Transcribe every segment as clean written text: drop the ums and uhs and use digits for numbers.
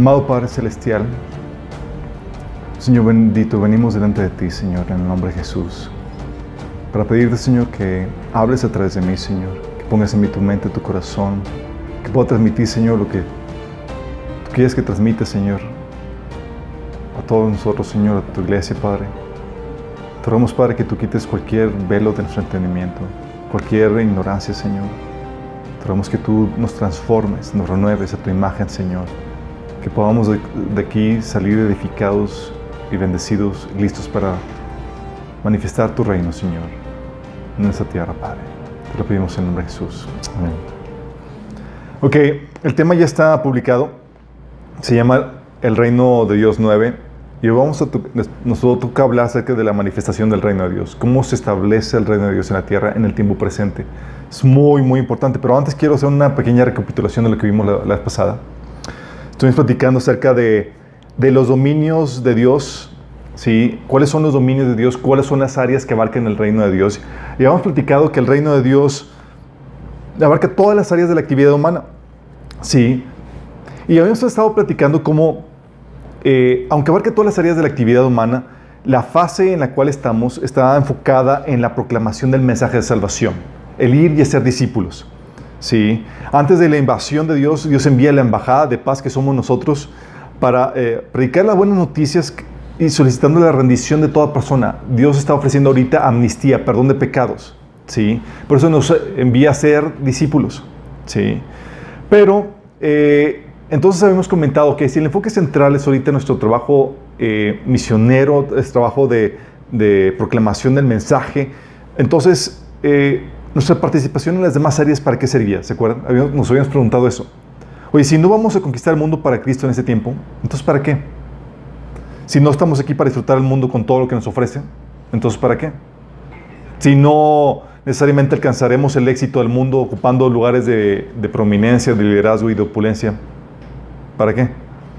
Amado Padre Celestial, Señor bendito, venimos delante de ti, Señor, en el nombre de Jesús, para pedirte, Señor, que hables a través de mí, Señor, que pongas en mí tu mente, tu corazón, que pueda transmitir, Señor, lo que tú quieres que transmita, Señor, a todos nosotros, Señor, a tu iglesia, Padre. Te rogamos, Padre, que tú quites cualquier velo de nuestro entendimiento, cualquier ignorancia, Señor. Te rogamos que tú nos transformes, nos renueves a tu imagen, Señor. Que podamos de aquí salir edificados y bendecidos, listos para manifestar tu reino, Señor, en esta tierra, Padre. Te lo pedimos en el nombre de Jesús. Amén. Ok, el tema ya está publicado. Se llama El Reino de Dios 9. Y hoy nos toca hablar acerca de la manifestación del Reino de Dios. Cómo se establece el Reino de Dios en la tierra en el tiempo presente. Es muy, muy importante. Pero antes quiero hacer una pequeña recapitulación de lo que vimos la vez pasada. Estuvimos platicando acerca de los dominios de Dios, ¿sí? ¿Cuáles son los dominios de Dios? ¿Cuáles son las áreas que abarcan el reino de Dios? Y habíamos platicado que el reino de Dios abarca todas las áreas de la actividad humana, ¿sí? Y habíamos estado platicando cómo, aunque abarca todas las áreas de la actividad humana, la fase en la cual estamos está enfocada en la proclamación del mensaje de salvación, el ir y hacer discípulos. Sí. Antes de la invasión de Dios, Dios envía la embajada de paz que somos nosotros para predicar las buenas noticias y solicitando la rendición de toda persona. Dios está ofreciendo ahorita amnistía, perdón de pecados. ¿Sí? Por eso nos envía a ser discípulos. ¿Sí? Pero, entonces habíamos comentado que si el enfoque central es ahorita nuestro trabajo misionero, es trabajo de proclamación del mensaje, entonces nuestra participación en las demás áreas, ¿para qué servía? ¿Se acuerdan? Nos habíamos preguntado eso. Oye, si no vamos a conquistar el mundo para Cristo en este tiempo, entonces ¿para qué? Si no estamos aquí para disfrutar el mundo con todo lo que nos ofrece, entonces ¿para qué? Si no necesariamente alcanzaremos el éxito del mundo ocupando lugares de prominencia, de liderazgo y de opulencia, ¿para qué?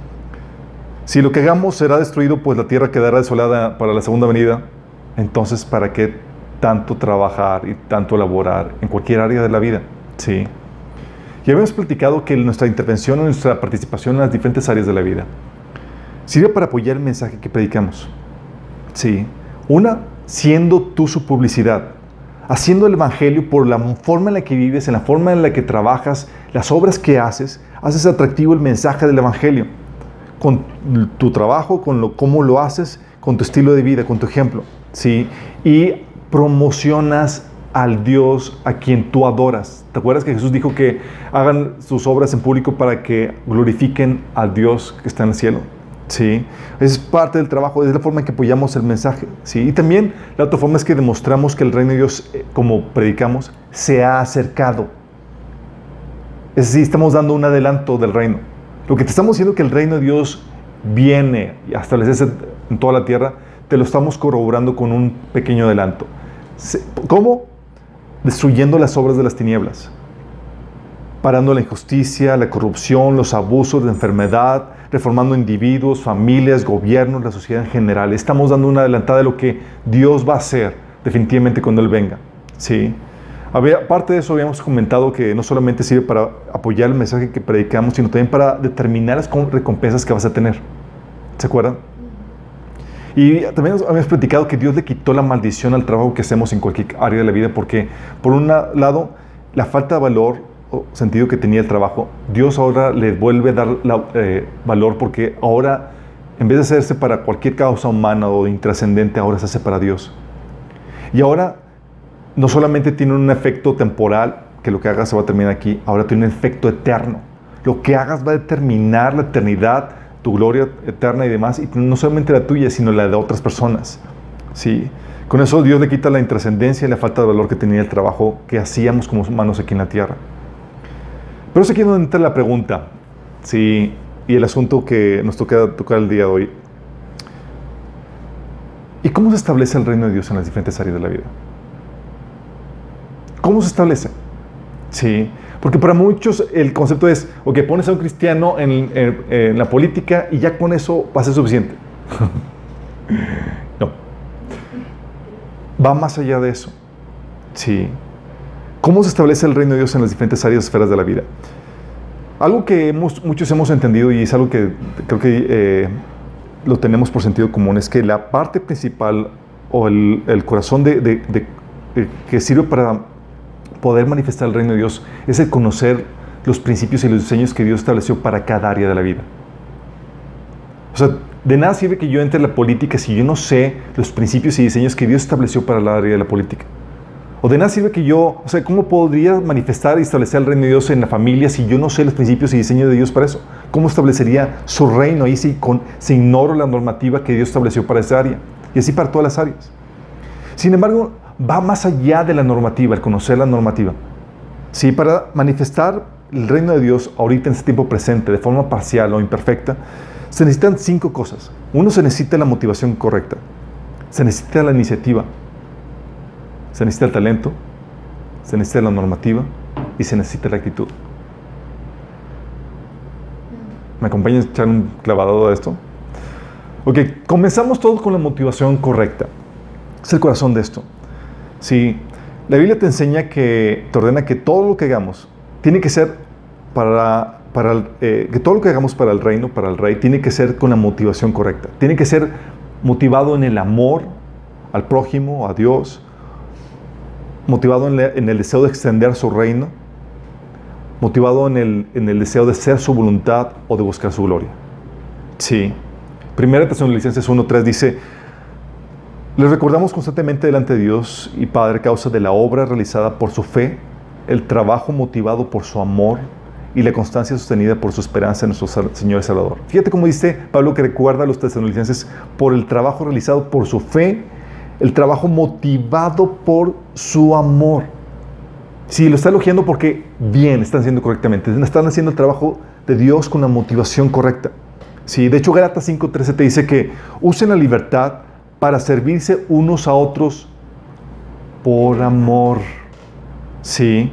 Si lo que hagamos será destruido, pues la tierra quedará desolada para la segunda venida, entonces ¿para qué tanto trabajar y tanto elaborar en cualquier área de la vida? Sí. Y habíamos platicado que nuestra intervención, nuestra participación en las diferentes áreas de la vida sirve para apoyar el mensaje que predicamos. Sí. Una, siendo tú su publicidad, haciendo el evangelio por la forma en la que vives, en la forma en la que trabajas, las obras que haces atractivo el mensaje del evangelio. Con tu trabajo, cómo lo haces, con tu estilo de vida, con tu ejemplo. Sí. Y promocionas al Dios a quien tú adoras. ¿Te acuerdas que Jesús dijo que hagan sus obras en público para que glorifiquen al Dios que está en el cielo? ¿Sí? Esa es parte del trabajo, es la forma en que apoyamos el mensaje. ¿Sí? Y también la otra forma es que demostramos que el reino de Dios, como predicamos, se ha acercado. Es decir, estamos dando un adelanto del reino. Lo que te estamos diciendo que el reino de Dios viene a establecerse en toda la tierra, te lo estamos corroborando con un pequeño adelanto. ¿Cómo? Destruyendo las obras de las tinieblas, parando la injusticia, la corrupción, los abusos, la enfermedad, reformando individuos, familias, gobiernos, la sociedad en general. Estamos dando una adelantada de lo que Dios va a hacer definitivamente cuando Él venga. ¿Sí? Aparte de eso, habíamos comentado que no solamente sirve para apoyar el mensaje que predicamos, sino también para determinar las recompensas que vas a tener. ¿Se acuerdan? Y también habíamos platicado que Dios le quitó la maldición al trabajo que hacemos en cualquier área de la vida, porque por un lado, la falta de valor o sentido que tenía el trabajo, Dios ahora le vuelve a dar valor, porque ahora, en vez de hacerse para cualquier causa humana o intrascendente, ahora se hace para Dios. Y ahora, no solamente tiene un efecto temporal, que lo que hagas se va a terminar aquí, ahora tiene un efecto eterno. Lo que hagas va a determinar la eternidad, tu gloria eterna y demás, y no solamente la tuya, sino la de otras personas. ¿Sí? Con eso Dios le quita la intrascendencia y la falta de valor que tenía el trabajo que hacíamos como humanos aquí en la tierra. Pero es aquí donde entra la pregunta, ¿sí? Y el asunto que nos toca tocar el día de hoy. ¿Y cómo se establece el reino de Dios en las diferentes áreas de la vida? ¿Cómo se establece? Sí. Porque para muchos el concepto es, ok, pones a un cristiano en la política y ya con eso va a ser suficiente. No. Va más allá de eso. Sí. ¿Cómo se establece el reino de Dios en las diferentes áreas, esferas de la vida? Algo que muchos hemos entendido y es algo que creo que lo tenemos por sentido común, es que la parte principal o el corazón que sirve para poder manifestar el reino de Dios es el conocer los principios y los diseños que Dios estableció para cada área de la vida. O sea, de nada sirve que yo entre en la política si yo no sé los principios y diseños que Dios estableció para el área de la política. O de nada sirve que yo, o sea, ¿cómo podría manifestar y establecer el reino de Dios en la familia si yo no sé los principios y diseños de Dios para eso? ¿Cómo establecería su reino ahí si ignoro la normativa que Dios estableció para esa área? Y así para todas las áreas. Sin embargo, va más allá de la normativa, el conocer la normativa. Sí, para manifestar el reino de Dios ahorita en este tiempo presente, de forma parcial o imperfecta, se necesitan 5 cosas. Uno, se necesita la motivación correcta. Se necesita la iniciativa. Se necesita el talento, se necesita la normativa y se necesita la actitud. ¿Me acompañas a echar un clavado a esto? Ok, comenzamos todos con la motivación correcta. Es el corazón de esto. Sí, la Biblia te enseña te ordena que todo lo que hagamos tiene que ser que todo lo que hagamos para el reino, para el rey, tiene que ser con la motivación correcta. Tiene que ser motivado en el amor al prójimo, a Dios, motivado en el deseo de extender su reino, motivado en el deseo de hacer su voluntad o de buscar su gloria. Sí. 1 Tesalonicenses 1:3 dice: les recordamos constantemente delante de Dios y Padre a causa de la obra realizada por su fe, el trabajo motivado por su amor y la constancia sostenida por su esperanza en nuestro Señor y Salvador. Fíjate cómo dice Pablo, que recuerda a los tesalonicenses por el trabajo realizado por su fe, el trabajo motivado por su amor. Sí, lo está elogiando porque bien, están haciendo correctamente. Están haciendo el trabajo de Dios con la motivación correcta. Sí, de hecho, Gálatas 5:13 te dice que usen la libertad para servirse unos a otros por amor. Sí.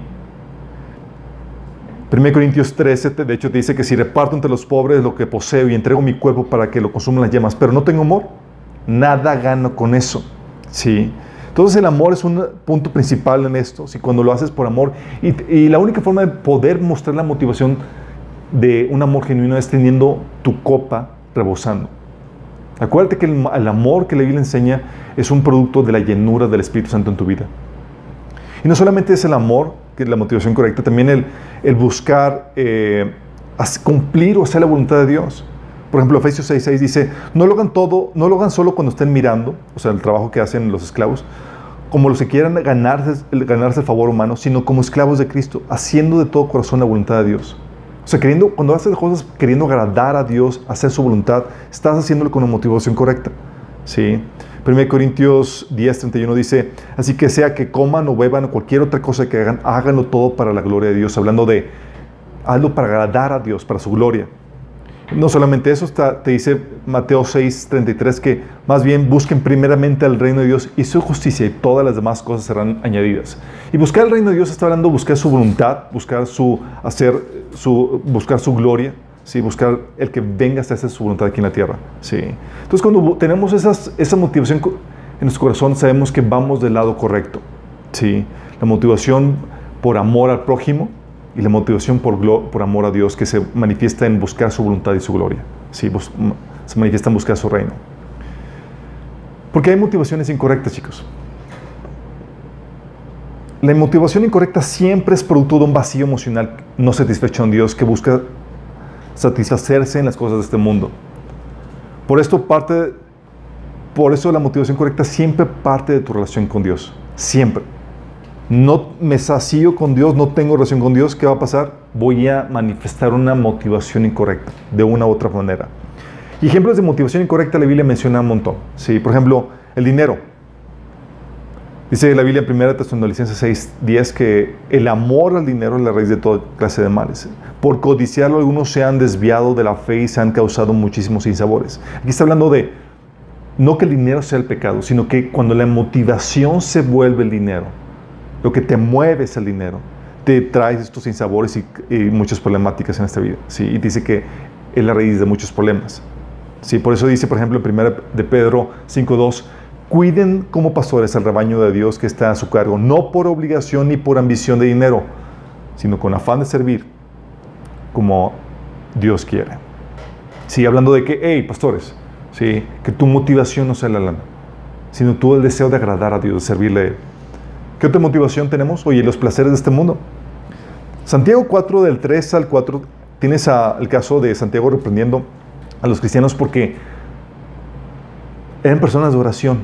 1 Corintios 13, de hecho, te dice que si reparto entre los pobres lo que poseo y entrego mi cuerpo para que lo consuman las llamas, pero no tengo amor, nada gano con eso. Sí. Entonces el amor es un punto principal en esto, ¿sí? Cuando lo haces por amor. Y la única forma de poder mostrar la motivación de un amor genuino es teniendo tu copa rebosando. Acuérdate que el amor que la Biblia enseña es un producto de la llenura del Espíritu Santo en tu vida. Y no solamente es el amor, que es la motivación correcta, también el buscar cumplir o hacer la voluntad de Dios. Por ejemplo, Efesios 6:6 dice: no lo hagan solo cuando estén mirando, o sea, el trabajo que hacen los esclavos, como los que quieran ganarse el favor humano, sino como esclavos de Cristo, haciendo de todo corazón la voluntad de Dios. O sea, cuando haces cosas queriendo agradar a Dios, hacer su voluntad, estás haciéndolo con la motivación correcta. ¿Sí? 1 Corintios 10:31 dice: así que sea que coman o beban o cualquier otra cosa que hagan, háganlo todo para la gloria de Dios. Hablando de hazlo para agradar a Dios, para su gloria. No solamente eso, te dice Mateo 6:33 que más bien busquen primeramente al reino de Dios y su justicia, y todas las demás cosas serán añadidas. Y buscar el reino de Dios está hablando de buscar su voluntad, buscar su gloria, ¿sí? Buscar el que venga hasta hacer su voluntad aquí en la tierra. ¿Sí? Entonces, cuando tenemos esa motivación en nuestro corazón, sabemos que vamos del lado correcto. ¿Sí? La motivación por amor al prójimo y la motivación por amor a Dios, que se manifiesta en buscar su voluntad y su gloria. ¿Sí? Se manifiesta en buscar su reino. Porque hay motivaciones incorrectas, chicos. La motivación incorrecta siempre es producto de un vacío emocional no satisfecho en Dios, que busca satisfacerse en las cosas de este mundo. Por eso la motivación correcta siempre parte de tu relación con Dios. Siempre. No me sacío con Dios, no tengo relación con Dios, ¿qué va a pasar? Voy a manifestar una motivación incorrecta, de una u otra manera. Y ejemplos de motivación incorrecta la Biblia menciona un montón. ¿Sí? Por ejemplo, el dinero. Dice la Biblia en 1 Tesalonicenses 6:10 que el amor al dinero es la raíz de toda clase de males. Por codiciarlo, algunos se han desviado de la fe y se han causado muchísimos sinsabores. Aquí está hablando de, no que el dinero sea el pecado, sino que cuando la motivación se vuelve el dinero, lo que te mueve es el dinero, te trae estos sinsabores y muchas problemáticas en esta vida. ¿Sí? Y dice que es la raíz de muchos problemas. ¿Sí? Por eso dice, por ejemplo, en 1 de Pedro 5:2, cuiden como pastores al rebaño de Dios que está a su cargo, no por obligación ni por ambición de dinero, sino con afán de servir, como Dios quiere. Sí, hablando de que, hey, pastores, sí, que tu motivación no sea la lana, sino tú el deseo de agradar a Dios, de servirle a Él. ¿Qué otra motivación tenemos? Oye, los placeres de este mundo. Santiago 4, del 3 al 4, tienes el caso de Santiago reprendiendo a los cristianos porque eran personas de oración,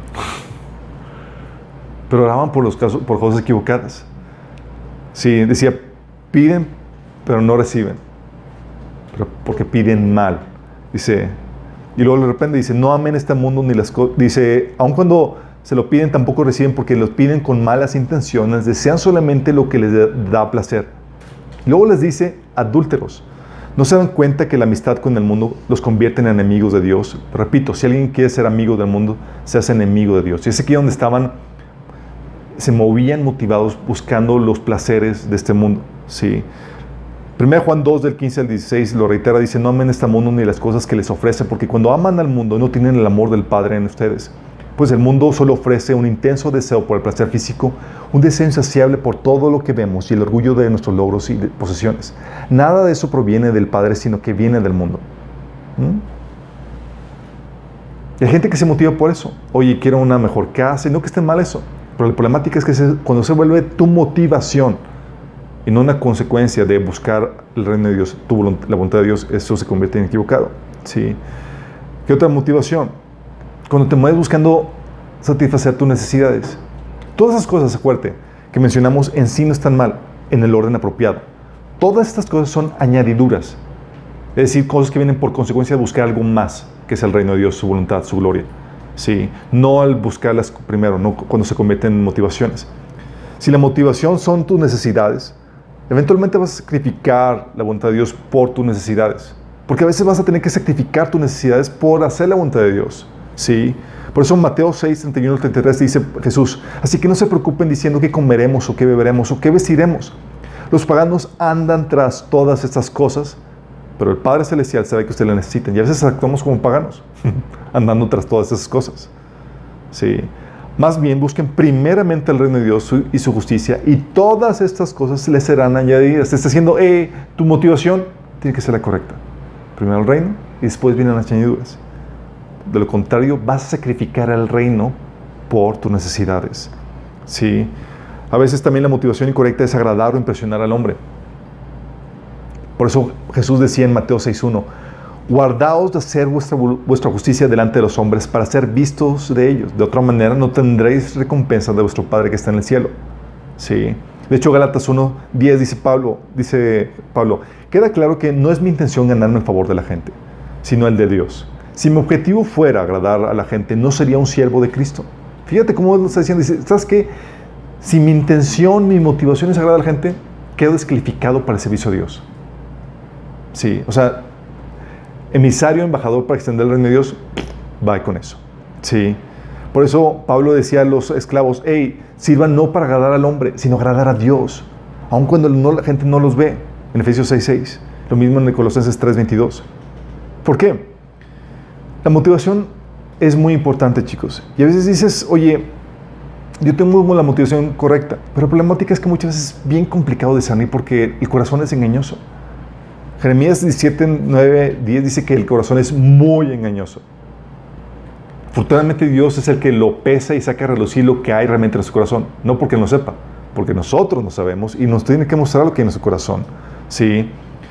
pero oraban por cosas equivocadas. Sí, decía, piden, pero no reciben, pero porque piden mal. Dice, y luego de repente dice, no amen este mundo ni las cosas. Dice, aun cuando se lo piden, tampoco reciben porque los piden con malas intenciones, desean solamente lo que les da placer. Luego les dice, adúlteros, ¿no se dan cuenta que la amistad con el mundo los convierte en enemigos de Dios? Repito, si alguien quiere ser amigo del mundo, se hace enemigo de Dios. Y es aquí donde se movían motivados buscando los placeres de este mundo. Sí. 1 Juan 2, del 15 al 16, lo reitera, dice, no amen este mundo ni las cosas que les ofrece, porque cuando aman al mundo no tienen el amor del Padre en ustedes. Pues el mundo solo ofrece un intenso deseo por el placer físico, un deseo insaciable por todo lo que vemos y el orgullo de nuestros logros y posesiones. Nada de eso proviene del Padre, sino que viene del mundo. Y hay gente que se motiva por eso. Oye, quiero una mejor casa, y no que esté mal eso. Pero la problemática es que cuando se vuelve tu motivación y no una consecuencia de buscar el reino de Dios, la voluntad de Dios, eso se convierte en equivocado. ¿Sí? ¿Qué otra motivación? Cuando te mueves buscando satisfacer tus necesidades. Todas esas cosas, acuérdate, que mencionamos en sí no están mal, en el orden apropiado. Todas estas cosas son añadiduras. Es decir, cosas que vienen por consecuencia de buscar algo más, que es el reino de Dios, su voluntad, su gloria. Sí, no al buscarlas primero, no cuando se convierten en motivaciones. Si la motivación son tus necesidades, eventualmente vas a sacrificar la voluntad de Dios por tus necesidades. Porque a veces vas a tener que sacrificar tus necesidades por hacer la voluntad de Dios. Sí. Por eso en Mateo 6, 31 al 33 dice Jesús, así que no se preocupen diciendo qué comeremos o qué beberemos o qué vestiremos. Los paganos andan tras todas estas cosas, pero el Padre Celestial sabe que ustedes la necesitan. Y a veces actuamos como paganos, andando tras todas esas cosas. Sí. Más bien busquen primeramente el reino de Dios y su justicia, y todas estas cosas les serán añadidas. Te está diciendo, tu motivación tiene que ser la correcta. Primero el reino y después vienen las añadiduras. De lo contrario, vas a sacrificar el reino por tus necesidades. Sí. A veces también la motivación incorrecta es agradar o impresionar al hombre. Por eso Jesús decía en Mateo 6:1, guardaos de hacer vuestra justicia delante de los hombres para ser vistos de ellos. De otra manera no tendréis recompensa de vuestro Padre que está en el cielo. Sí. De hecho, Gálatas 1:10 dice Pablo, queda claro que no es mi intención ganarme el favor de la gente, sino el de Dios. Si mi objetivo fuera agradar a la gente, no sería un siervo de Cristo. Fíjate cómo lo está diciendo. Dice, ¿sabes qué? Si mi intención, mi motivación es agradar a la gente, quedo descalificado para el servicio a Dios. Sí, o sea, emisario, embajador para extender el reino de Dios, va con eso. Sí. Por eso Pablo decía a los esclavos, sirvan no para agradar al hombre, sino agradar a Dios, aun cuando la gente no los ve. En Efesios 6:6. Lo mismo en Colosenses 3:22. ¿Por qué? La motivación es muy importante, chicos. Y a veces dices, oye, yo tengo la motivación correcta, pero la problemática es que muchas veces es bien complicado discernir porque el corazón es engañoso. Jeremías 17:9-10 dice que el corazón es muy engañoso. Afortunadamente Dios es el que lo pesa y saca a relucir lo que hay realmente en su corazón. No porque no sepa, porque nosotros no sabemos y nos tiene que mostrar lo que hay en su corazón. ¿Sí?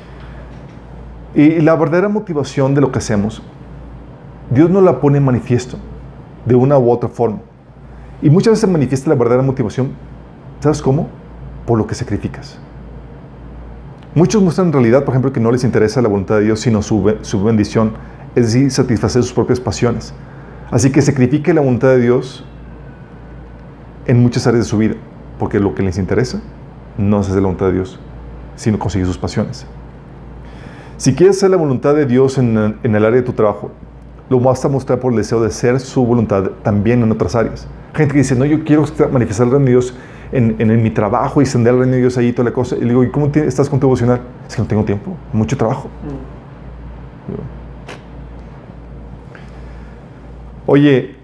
Y la verdadera motivación de lo que hacemos, Dios nos la pone en manifiesto de una u otra forma. Y muchas veces se manifiesta la verdadera motivación, ¿sabes cómo? Por lo que sacrificas. Muchos muestran en realidad, por ejemplo, que no les interesa la voluntad de Dios, sino su bendición, es decir, satisfacer sus propias pasiones. Así que sacrifique la voluntad de Dios en muchas áreas de su vida, porque lo que les interesa no es hacer la voluntad de Dios, sino conseguir sus pasiones. Si quieres hacer la voluntad de Dios en el área de tu trabajo, lo vas a mostrar por el deseo de hacer su voluntad también en otras áreas. Gente que dice, no, yo quiero manifestar el reino de Dios en mi trabajo y extender el reino de Dios ahí y toda la cosa. Y le digo, ¿y cómo estás con tu devocional? Es que no tengo tiempo, mucho trabajo. Oye,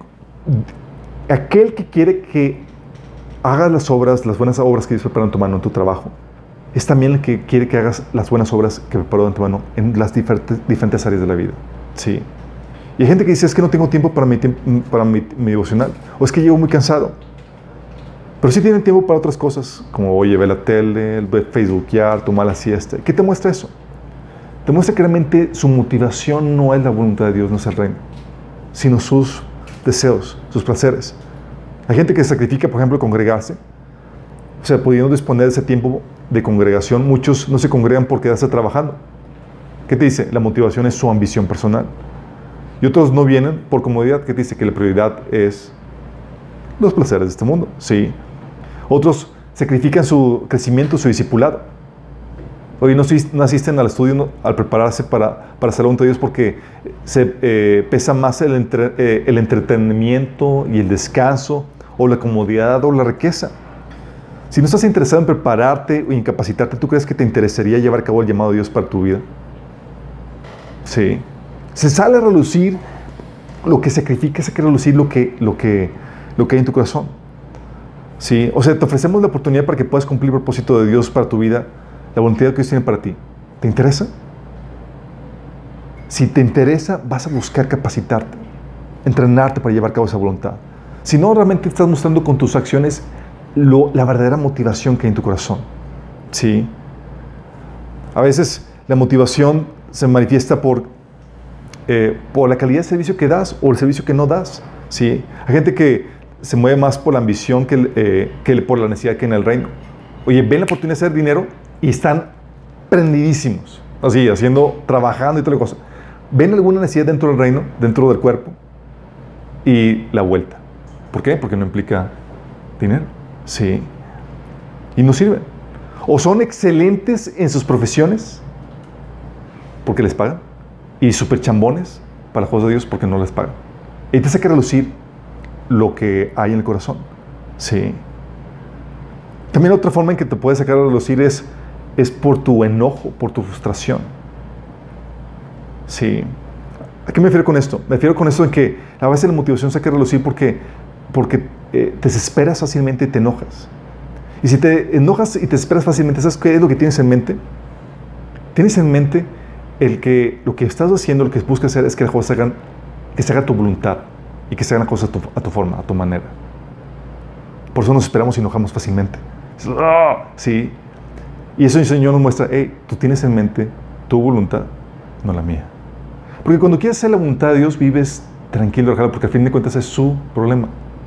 aquel que quiere que hagas las buenas obras que Dios prepara en tu mano, en tu trabajo, es también el que quiere que hagas las buenas obras que preparó de antemano en las diferentes áreas de la vida. Sí. Y hay gente que dice, es que no tengo tiempo para mi devocional, o es que llego muy cansado. Pero sí tienen tiempo para otras cosas, como, oye, ver la tele, ver Facebookear, tomar la siesta. ¿Qué te muestra eso? Te muestra que realmente su motivación no es la voluntad de Dios, no es el reino, sino sus deseos, sus placeres. Hay gente que sacrifica, por ejemplo, congregarse. O sea, pudiendo disponer de ese tiempo de congregación, muchos no se congregan por quedarse trabajando. ¿Qué te dice? La motivación es su ambición personal. Y otros no vienen por comodidad. ¿Qué te dice? Que la prioridad es los placeres de este mundo. Sí. Otros sacrifican su crecimiento, su discipulado. Hoy no asisten al estudio al prepararse para hacer la voluntad de Dios porque se pesa más el entretenimiento y el descanso, o la comodidad o la riqueza. Si no estás interesado en prepararte o en capacitarte, ¿tú crees que te interesaría llevar a cabo el llamado de Dios para tu vida? Sí. Se sale a relucir lo que sacrificas, se quiere relucir lo que hay en tu corazón. Sí. O sea, te ofrecemos la oportunidad para que puedas cumplir el propósito de Dios para tu vida, la voluntad que Dios tiene para ti. ¿Te interesa? Si te interesa, vas a buscar capacitarte, entrenarte para llevar a cabo esa voluntad. Si no, realmente estás mostrando con tus acciones la verdadera motivación que hay en tu corazón. Sí. A veces la motivación se manifiesta por la calidad de servicio que das o el servicio que no das. Sí. Hay gente que se mueve más por la ambición que por la necesidad que en el reino. Oye, ven la oportunidad de hacer dinero y están prendidísimos, así, trabajando y toda la cosa. Ven alguna necesidad dentro del reino, dentro del cuerpo, y la vuelta. ¿Por qué? Porque no implica dinero. Sí. Y no sirven. O son excelentes en sus profesiones porque les pagan, y súper chambones para las cosas de Dios porque no les pagan. Y te saca a relucir lo que hay en el corazón. Sí. También otra forma en que te puede sacar a relucir es por tu enojo, por tu frustración. Sí. ¿A qué me refiero con esto? Me refiero con esto en que a veces la motivación saca a relucir porque te desesperas fácilmente y te enojas. Y si te enojas y te desesperas fácilmente, ¿sabes qué es lo que tienes en mente? Tienes en mente lo que estás haciendo, lo que buscas hacer es que las cosas que se haga tu voluntad y que se hagan las cosas a tu forma, a tu manera. Por eso nos esperamos y enojamos fácilmente. Sí. Y eso el Señor nos muestra, hey, tú tienes en mente tu voluntad, no la mía. Porque cuando quieres hacer la voluntad de Dios, vives tranquilo, relajado, porque al fin de cuentas es su problema.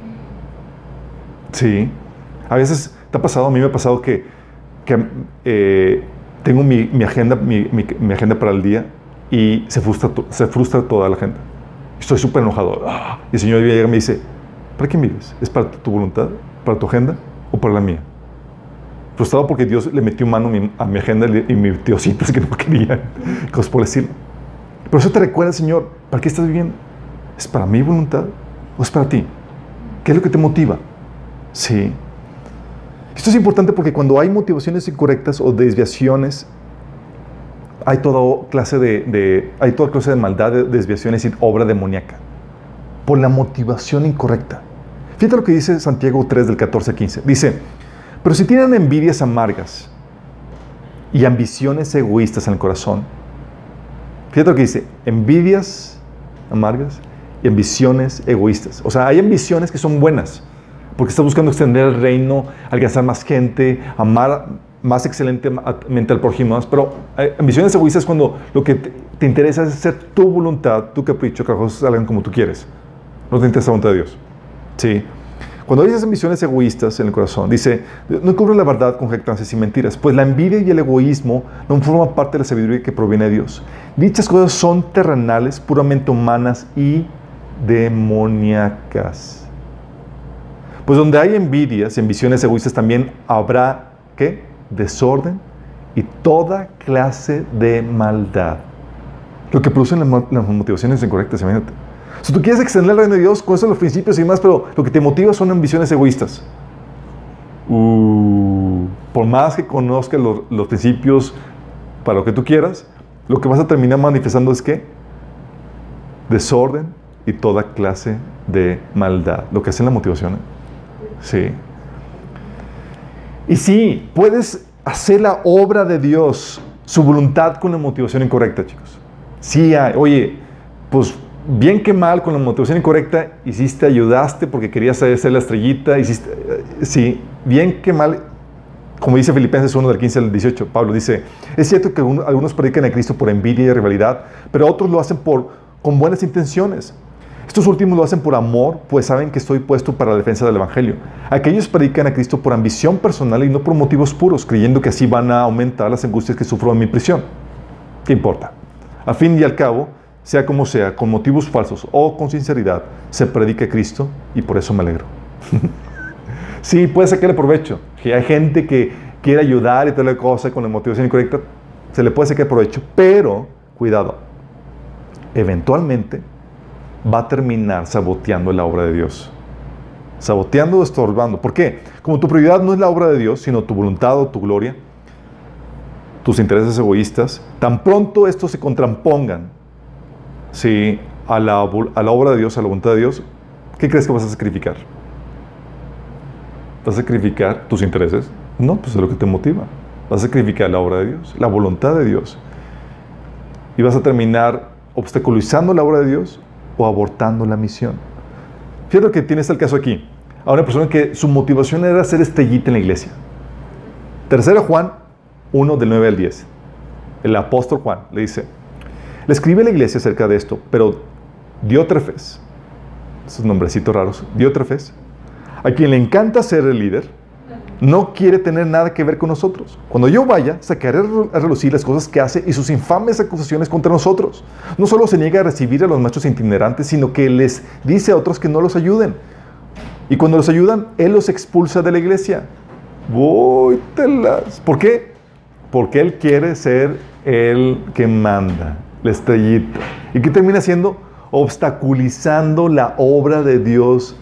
Sí. A veces te ha pasado, a mí me ha pasado que tengo mi agenda para el día y se frustra toda la agenda. Estoy súper enojado. Y el Señor llega y me dice, ¿para quién vives? ¿Es para tu voluntad, para tu agenda o para la mía? Frustrado porque Dios le metió mano a mi agenda y me metió citas que no quería, cosas por decirlo. Pero eso te recuerda, Señor, ¿para qué estás viviendo? ¿Es para mi voluntad o es para ti? ¿Qué es lo que te motiva? Sí. Esto es importante porque cuando hay motivaciones incorrectas o desviaciones, hay toda clase de maldad, de desviaciones y obra demoníaca. Por la motivación incorrecta. Fíjate lo que dice Santiago 3, del 14 al 15. Dice, pero si tienen envidias amargas y ambiciones egoístas en el corazón. Fíjate lo que dice, envidias amargas y ambiciones egoístas. O sea, hay ambiciones que son buenas, porque estás buscando extender el reino, alcanzar más gente, amar más excelentemente al prójimo, pero ambiciones egoístas es cuando lo que te interesa es hacer tu voluntad, tu capricho, que las cosas salgan como tú quieres. No te interesa la voluntad de Dios. Sí. Cuando hay esas ambiciones egoístas en el corazón, dice, no encubren la verdad con jactancias y mentiras, pues la envidia y el egoísmo no forman parte de la sabiduría que proviene de Dios. Dichas cosas son terrenales, puramente humanas y demoníacas. Pues donde hay envidias y ambiciones egoístas también habrá, ¿qué? Desorden y toda clase de maldad. Lo que producen las motivaciones incorrectas, imagínate. Si tú quieres extender el reino de Dios, conoces los principios y demás, pero lo que te motiva son ambiciones egoístas. Por más que conozcas los principios para lo que tú quieras, lo que vas a terminar manifestando es ¿qué? Desorden y toda clase de maldad. Lo que hace la motivación. Sí. Y sí, puedes hacer la obra de Dios, su voluntad con la motivación incorrecta, chicos. Sí, oye, pues bien que mal con la motivación incorrecta, ayudaste porque querías ser la estrellita, sí, bien que mal, como dice Filipenses 1 del 15 al 18, Pablo dice, es cierto que algunos predican a Cristo por envidia y rivalidad, pero otros lo hacen con buenas intenciones. Estos últimos lo hacen por amor, pues saben que estoy puesto para la defensa del Evangelio. Aquellos predican a Cristo por ambición personal y no por motivos puros, creyendo que así van a aumentar las angustias que sufro en mi prisión. ¿Qué importa? Al fin y al cabo, sea como sea, con motivos falsos o con sinceridad, se predica a Cristo y por eso me alegro. Sí, puede sacarle provecho. Que hay gente que quiere ayudar y toda la cosa con la motivación incorrecta, se le puede sacar provecho, pero, cuidado, eventualmente va a terminar saboteando la obra de Dios. Saboteando o estorbando. ¿Por qué? Como tu prioridad no es la obra de Dios, sino tu voluntad o tu gloria, tus intereses egoístas, tan pronto estos se contrapongan, ¿sí?, a la obra de Dios, a la voluntad de Dios, ¿qué crees que vas a sacrificar? ¿Vas a sacrificar tus intereses? No, pues es lo que te motiva. Vas a sacrificar la obra de Dios, la voluntad de Dios. Y vas a terminar obstaculizando la obra de Dios o abortando la misión. Fíjate que tienes el caso aquí. A una persona que su motivación era ser estrellita en la iglesia. 3 Juan 1 del 9 al 10. El apóstol Juan le dice, le escribe a la iglesia acerca de esto, pero Diótrefes, esos nombrecitos raros, Diótrefes, a quien le encanta ser el líder, no quiere tener nada que ver con nosotros. Cuando yo vaya, sacaré a relucir las cosas que hace y sus infames acusaciones contra nosotros. No solo se niega a recibir a los maestros itinerantes, sino que les dice a otros que no los ayuden. Y cuando los ayudan, él los expulsa de la iglesia. ¿Por qué? Porque él quiere ser el que manda, la estrellita. ¿Y qué termina haciendo? Obstaculizando la obra de Dios.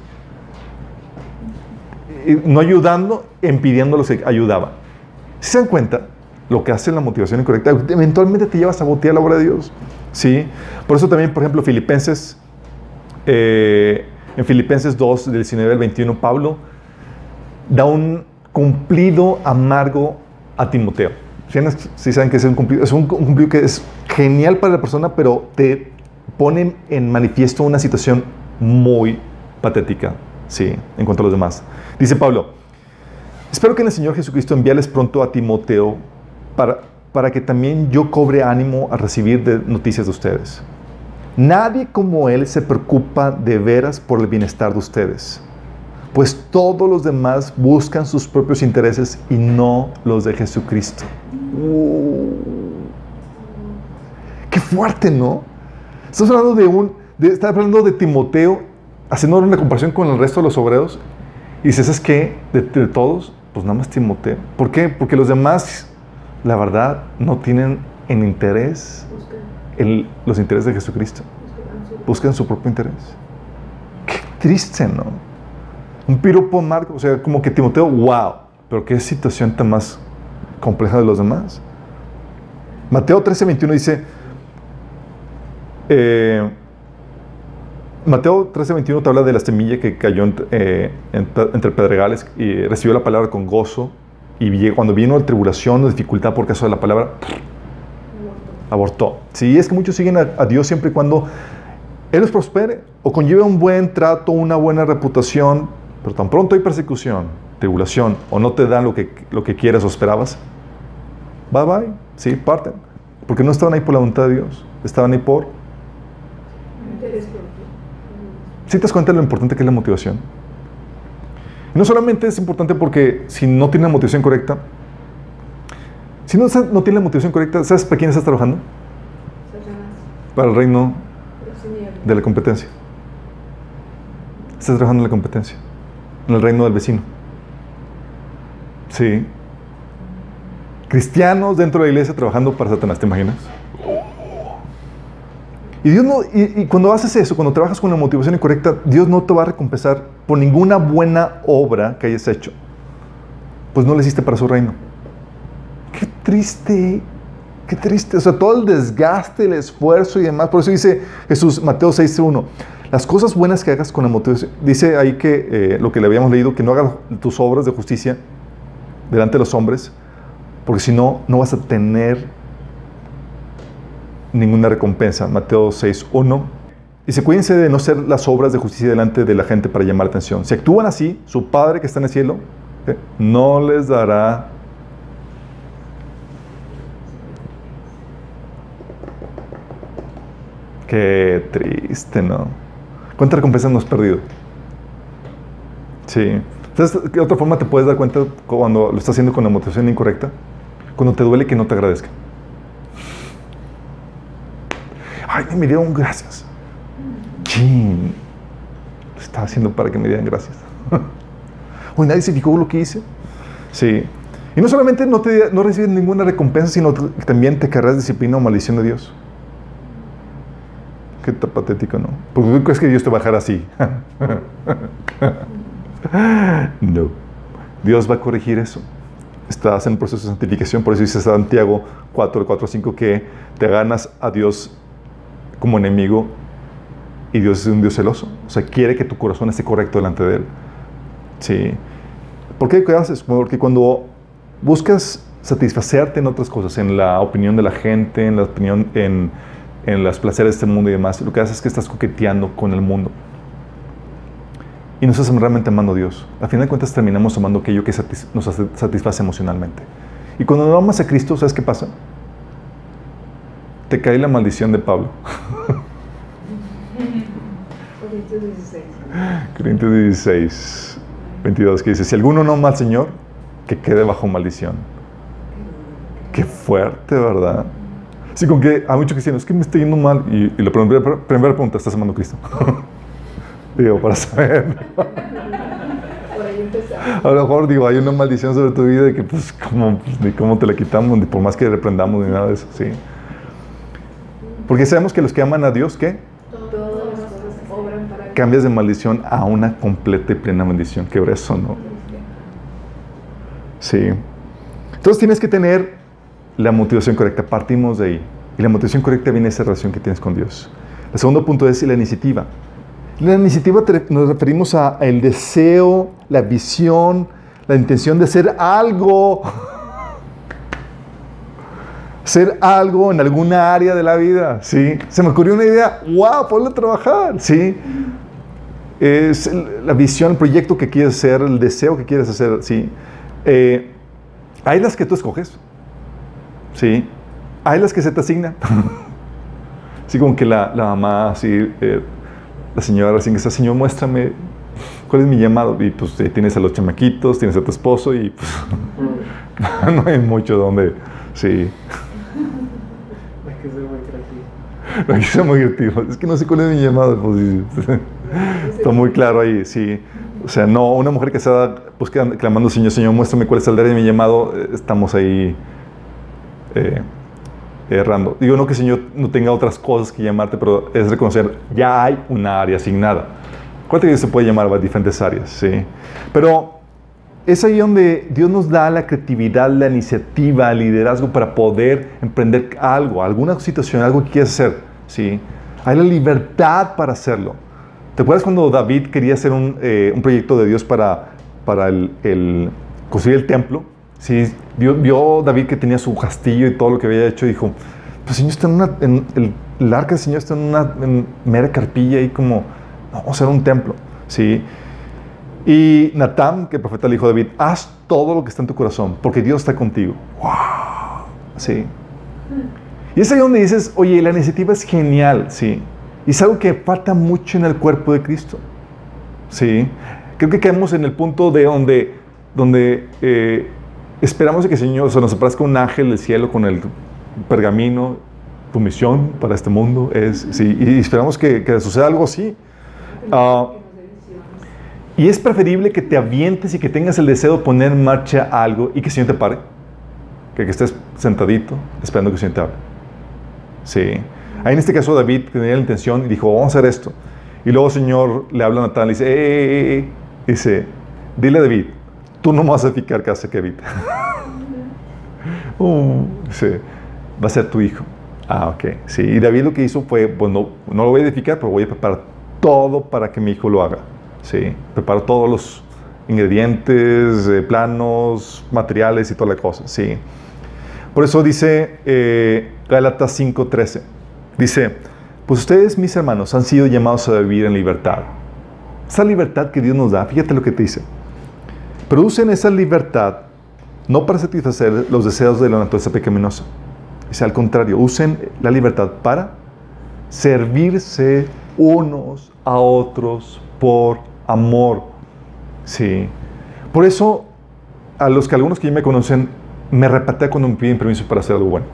No ayudando, impidiendo a los que ayudaban. Si se dan cuenta, lo que hace la motivación incorrecta, eventualmente te lleva a sabotear la obra de Dios. ¿Sí? Por eso también, por ejemplo, en Filipenses 2, del 19 al 21, Pablo da un cumplido amargo a Timoteo. ¿Sí saben que es un cumplido? Es un cumplido que es genial para la persona, pero te pone en manifiesto una situación muy patética, sí, en cuanto a los demás. Dice Pablo, espero que el Señor Jesucristo envíales pronto a Timoteo para que también yo cobre ánimo a recibir noticias de ustedes. Nadie como él se preocupa de veras por el bienestar de ustedes, pues todos los demás buscan sus propios intereses y no los de Jesucristo. ¡Qué fuerte!, ¿no? Estás hablando de Timoteo, haciendo una comparación con el resto de los obreros, y dices, ¿es que de todos? Pues nada más Timoteo. ¿Por qué? Porque los demás, la verdad, no tienen en interés los intereses de Jesucristo. Buscan su propio interés. Qué triste, ¿no? Un piropo amargo. O sea, como que Timoteo, wow, pero qué situación tan más compleja de los demás. Mateo 13:21 dice, Mateo 13:21 te habla de la semilla que cayó entre pedregales y recibió la palabra con gozo, y cuando vino la tribulación o dificultad por causa de la palabra, abortó. Sí, es que muchos siguen a Dios siempre y cuando Él los prospere o conlleve un buen trato, una buena reputación, pero tan pronto hay persecución, tribulación, o no te dan lo que quieras o esperabas, bye bye, sí, parten, porque no estaban ahí por la voluntad de Dios, estaban ahí por... ¿Sí te das cuenta de lo importante que es la motivación? Y no solamente es importante porque si no tiene la motivación correcta, si no tiene la motivación correcta, ¿sabes para quién estás trabajando? Para el reino de la competencia. Estás trabajando en la competencia, en el reino del vecino. Sí. Cristianos dentro de la iglesia trabajando para Satanás, ¿te imaginas? Y Dios no, y cuando haces eso, cuando trabajas con la motivación incorrecta, Dios no te va a recompensar por ninguna buena obra que hayas hecho. Pues no lo hiciste para su reino. Qué triste, qué triste. O sea, todo el desgaste, el esfuerzo y demás. Por eso dice Jesús, Mateo 6:1, las cosas buenas que hagas con la motivación. Dice ahí que lo que le habíamos leído, que no hagas tus obras de justicia delante de los hombres porque si no, no vas a tener ninguna recompensa. Mateo 6:1. Dice, cuídense de no hacer las obras de justicia delante de la gente para llamar la atención. Si actúan así, su Padre que está en el cielo no les dará qué triste, ¿no? ¿Cuánta recompensa hemos perdido? Sí. ¿Sabes qué otra forma te puedes dar cuenta cuando lo estás haciendo con la motivación incorrecta? Cuando te duele que no te agradezcan. Ay, me dieron gracias. Chin. Lo estaba haciendo para que me dieran gracias. Oye, nadie se fijó lo que hice. Sí. Y no solamente no recibes ninguna recompensa, sino que también te cargas disciplina o maldición de Dios. Qué tan patético, ¿no? Porque tú crees que Dios te va a dejar así. No. Dios va a corregir eso. Estás en un proceso de santificación. Por eso dice Santiago 4:4-5 que te ganas a Dios como enemigo y Dios es un Dios celoso. O sea, quiere que tu corazón esté correcto delante de Él. Sí. ¿Por qué? ¿Qué haces? Porque cuando buscas satisfacerte en otras cosas, en la opinión de la gente, en la opinión, en los placeres de este mundo y demás, lo que haces es que estás coqueteando con el mundo. Y no estás realmente amando a Dios. Al final de cuentas terminamos amando aquello que nos satisface emocionalmente. Y cuando no amas a Cristo, ¿sabes qué pasa? Te cae la maldición de Pablo. Corintios 16, 22, que dice, si alguno no ama al Señor, que quede bajo maldición. Qué fuerte, ¿verdad? Sí, con que hay muchos cristianos, es que me está yendo mal. Y la primera pregunta, ¿estás amando a Cristo? Digo, para saber. Por ahí empezamos. A lo mejor, digo, hay una maldición sobre tu vida que, pues, ni cómo te la quitamos, ni por más que reprendamos, ni nada de eso, sí. Porque sabemos que los que aman a Dios, ¿qué? Todas las cosas obran para... Cambias de maldición a una completa y plena bendición. Qué eso, ¿no? Sí. Entonces tienes que tener la motivación correcta. Partimos de ahí. Y la motivación correcta viene de esa relación que tienes con Dios. El segundo punto es la iniciativa. La iniciativa nos referimos a el deseo, la visión, la intención de hacer algo. Hacer algo en alguna área de la vida, ¿sí? Se me ocurrió una idea, ¡wow! Ponle a trabajar, ¿sí? Es la visión, el proyecto que quieres hacer, el deseo que quieres hacer, ¿sí? Hay las que tú escoges, ¿sí? Hay las que se te asignan. Así como que la mamá, así... la señora recién que está, Señor, muéstrame cuál es mi llamado. Y pues tienes a los chamaquitos, tienes a tu esposo y pues no hay mucho donde, sí. Hay que ser muy creativo. No hay que ser muy creativo. Es que no sé cuál es mi llamado. Pues, está muy claro ahí, sí. O sea, no, una mujer que está pues, clamando, Señor, Señor, muéstrame cuál es el área de mi llamado, estamos ahí errando. Digo, no que el Señor no tenga otras cosas que llamarte, pero es reconocer, ya hay una área asignada. Acuérdate que se puede llamar a diferentes áreas, ¿sí? Pero es ahí donde Dios nos da la creatividad, la iniciativa, el liderazgo para poder emprender algo, alguna situación, algo que quieras hacer, ¿sí? Hay la libertad para hacerlo. ¿Te acuerdas cuando David quería hacer un proyecto de Dios para construir el templo? Sí, vio David que tenía su castillo y todo lo que había hecho y dijo, pues Señor está el arca del Señor está en mera carpilla y como, no, vamos a hacer un templo, ¿sí? Y Natán, que el profeta le dijo a David, haz todo lo que está en tu corazón, porque Dios está contigo. ¡Wow! ¿Sí? Y es ahí donde dices, oye, la iniciativa es genial, ¿sí? Y es algo que falta mucho en el cuerpo de Cristo, ¿sí? Creo que quedamos en el punto de donde esperamos que el Señor nos aparezca un ángel del cielo con el pergamino. Tu misión para este mundo es, sí, y esperamos que suceda algo así. Y es preferible que te avientes y que tengas el deseo de poner en marcha algo y que el Señor te pare, que estés sentadito esperando que el Señor te hable. Sí. Ahí en este caso David tenía la intención y dijo, vamos a hacer esto. Y luego el Señor le habla a Natán y dice, dice, dile a David, tú no me vas a edificar casa que habita. Dice, va a ser tu hijo. Ok. Sí. Y David lo que hizo fue, pues no lo voy a edificar, pero voy a preparar todo para que mi hijo lo haga. Sí. Preparo todos los ingredientes, planos, materiales y toda la cosa. Sí. Por eso dice Gálatas 5:13. Dice, pues ustedes, mis hermanos, han sido llamados a vivir en libertad. Esa libertad que Dios nos da, fíjate lo que te dice. Pero usen esa libertad no para satisfacer los deseos de la naturaleza pecaminosa. Dice, al contrario, usen la libertad para servirse unos a otros por amor. Sí. Por eso, a los que algunos que ya me conocen, me repatea cuando me piden permiso para hacer algo bueno.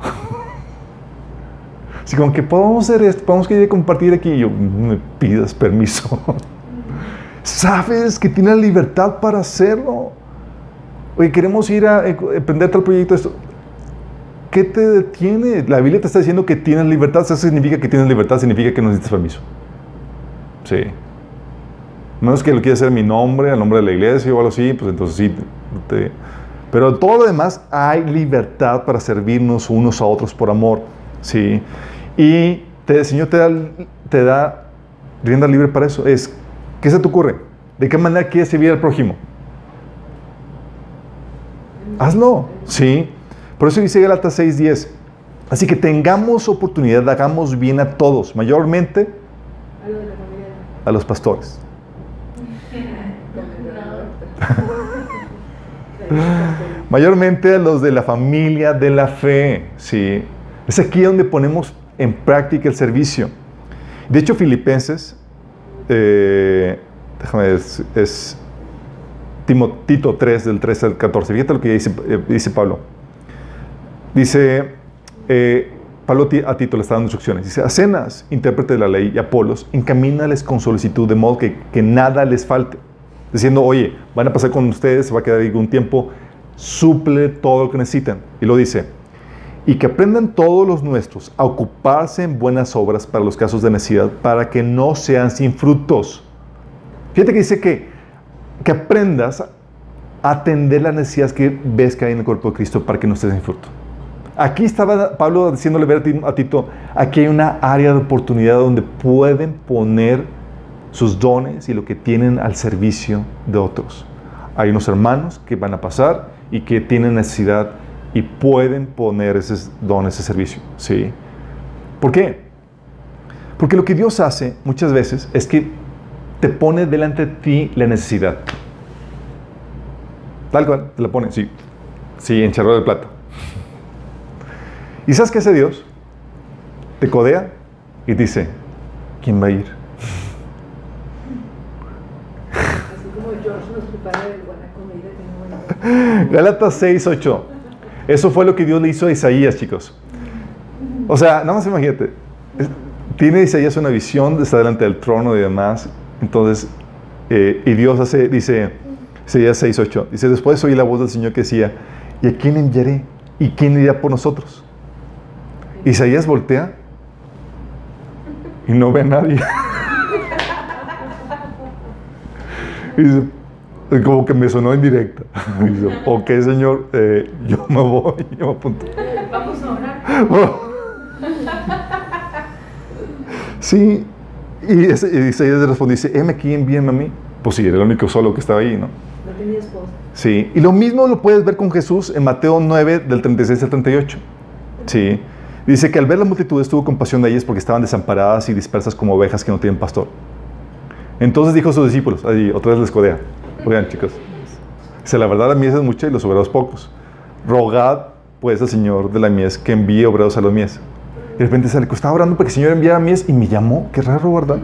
Así como que podemos hacer esto, podemos que compartir aquí. Y yo, no me pidas permiso. Sabes que tienes la libertad para hacerlo. Oye, queremos ir a emprender tal proyecto. Esto. ¿Qué te detiene? La Biblia te está diciendo que tienes libertad. Eso significa que tienes libertad, significa que no necesitas permiso. Sí. Menos que lo quieras hacer en mi nombre, el nombre de la iglesia o algo así, pues entonces sí. Pero todo lo demás hay libertad para servirnos unos a otros por amor. Sí. Y el Señor te da rienda libre para eso. ¿Qué se te ocurre? ¿De qué manera quieres servir al prójimo? Hazlo. Sí. Por eso dice Gálatas 6:10. Así que tengamos oportunidad, hagamos bien a todos, mayormente a los pastores. Mayormente a los de la familia de la fe. Sí. Es aquí donde ponemos en práctica el servicio. De hecho, Filipenses, es Tito 3, del 13 al 14. Fíjate lo que dice Pablo. Dice, Pablo a Tito le está dando instrucciones. Dice, a Zenas, intérprete de la ley, y Apolos, encamínales con solicitud, de modo que nada les falte. Diciendo, oye, van a pasar con ustedes, se va a quedar ahí un tiempo, suple todo lo que necesitan. Y lo dice, y que aprendan todos los nuestros a ocuparse en buenas obras para los casos de necesidad, para que no sean sin frutos. Fíjate que dice que aprendas a atender las necesidades que ves que hay en el cuerpo de Cristo para que no estés sin fruto. Aquí estaba Pablo diciéndole ver a Tito, aquí hay una área de oportunidad donde pueden poner sus dones y lo que tienen al servicio de otros. Hay unos hermanos que van a pasar y que tienen necesidad y pueden poner esos dones de servicio. ¿Sí? ¿Por qué? Porque lo que Dios hace muchas veces es que te pone delante de ti la necesidad. Tal cual, te la pone, sí. Sí, en charro de plata. ¿Y sabes qué hace Dios? Te codea y te dice, ¿quién va a ir? Así como George nos prepara de buena comida. Gálatas 6:8. Eso fue lo que Dios le hizo a Isaías, chicos. O sea, nada más imagínate. Tiene Isaías una visión, está delante del trono y demás. Entonces, y Dios dice, Isaías 6:8, dice, después oí la voz del Señor que decía, ¿y a quién enviaré? ¿Y quién irá por nosotros? Isaías voltea y no ve a nadie. Y dice, como que me sonó en directa. Y dice, ok, Señor, yo me voy, yo me apunto. Vamos a orar. Sí, y Isaías le respondió, dice, heme aquí, envíame a mí. Pues sí, era el único solo que estaba ahí, ¿no? No tenía esposa. Sí, y lo mismo lo puedes ver con Jesús en Mateo 9, del 36 al 38. Sí, dice que al ver las multitudes tuvo compasión de ellas porque estaban desamparadas y dispersas como ovejas que no tienen pastor. Entonces dijo a sus discípulos, allí otra vez les codea, oigan chicos, dice, la verdad la mies es mucha y los obreros pocos. Rogad pues al Señor de la mies que envíe obreros a los mies. Y de repente sale, estaba orando para que el Señor enviara mies y me llamó, qué raro, ¿verdad?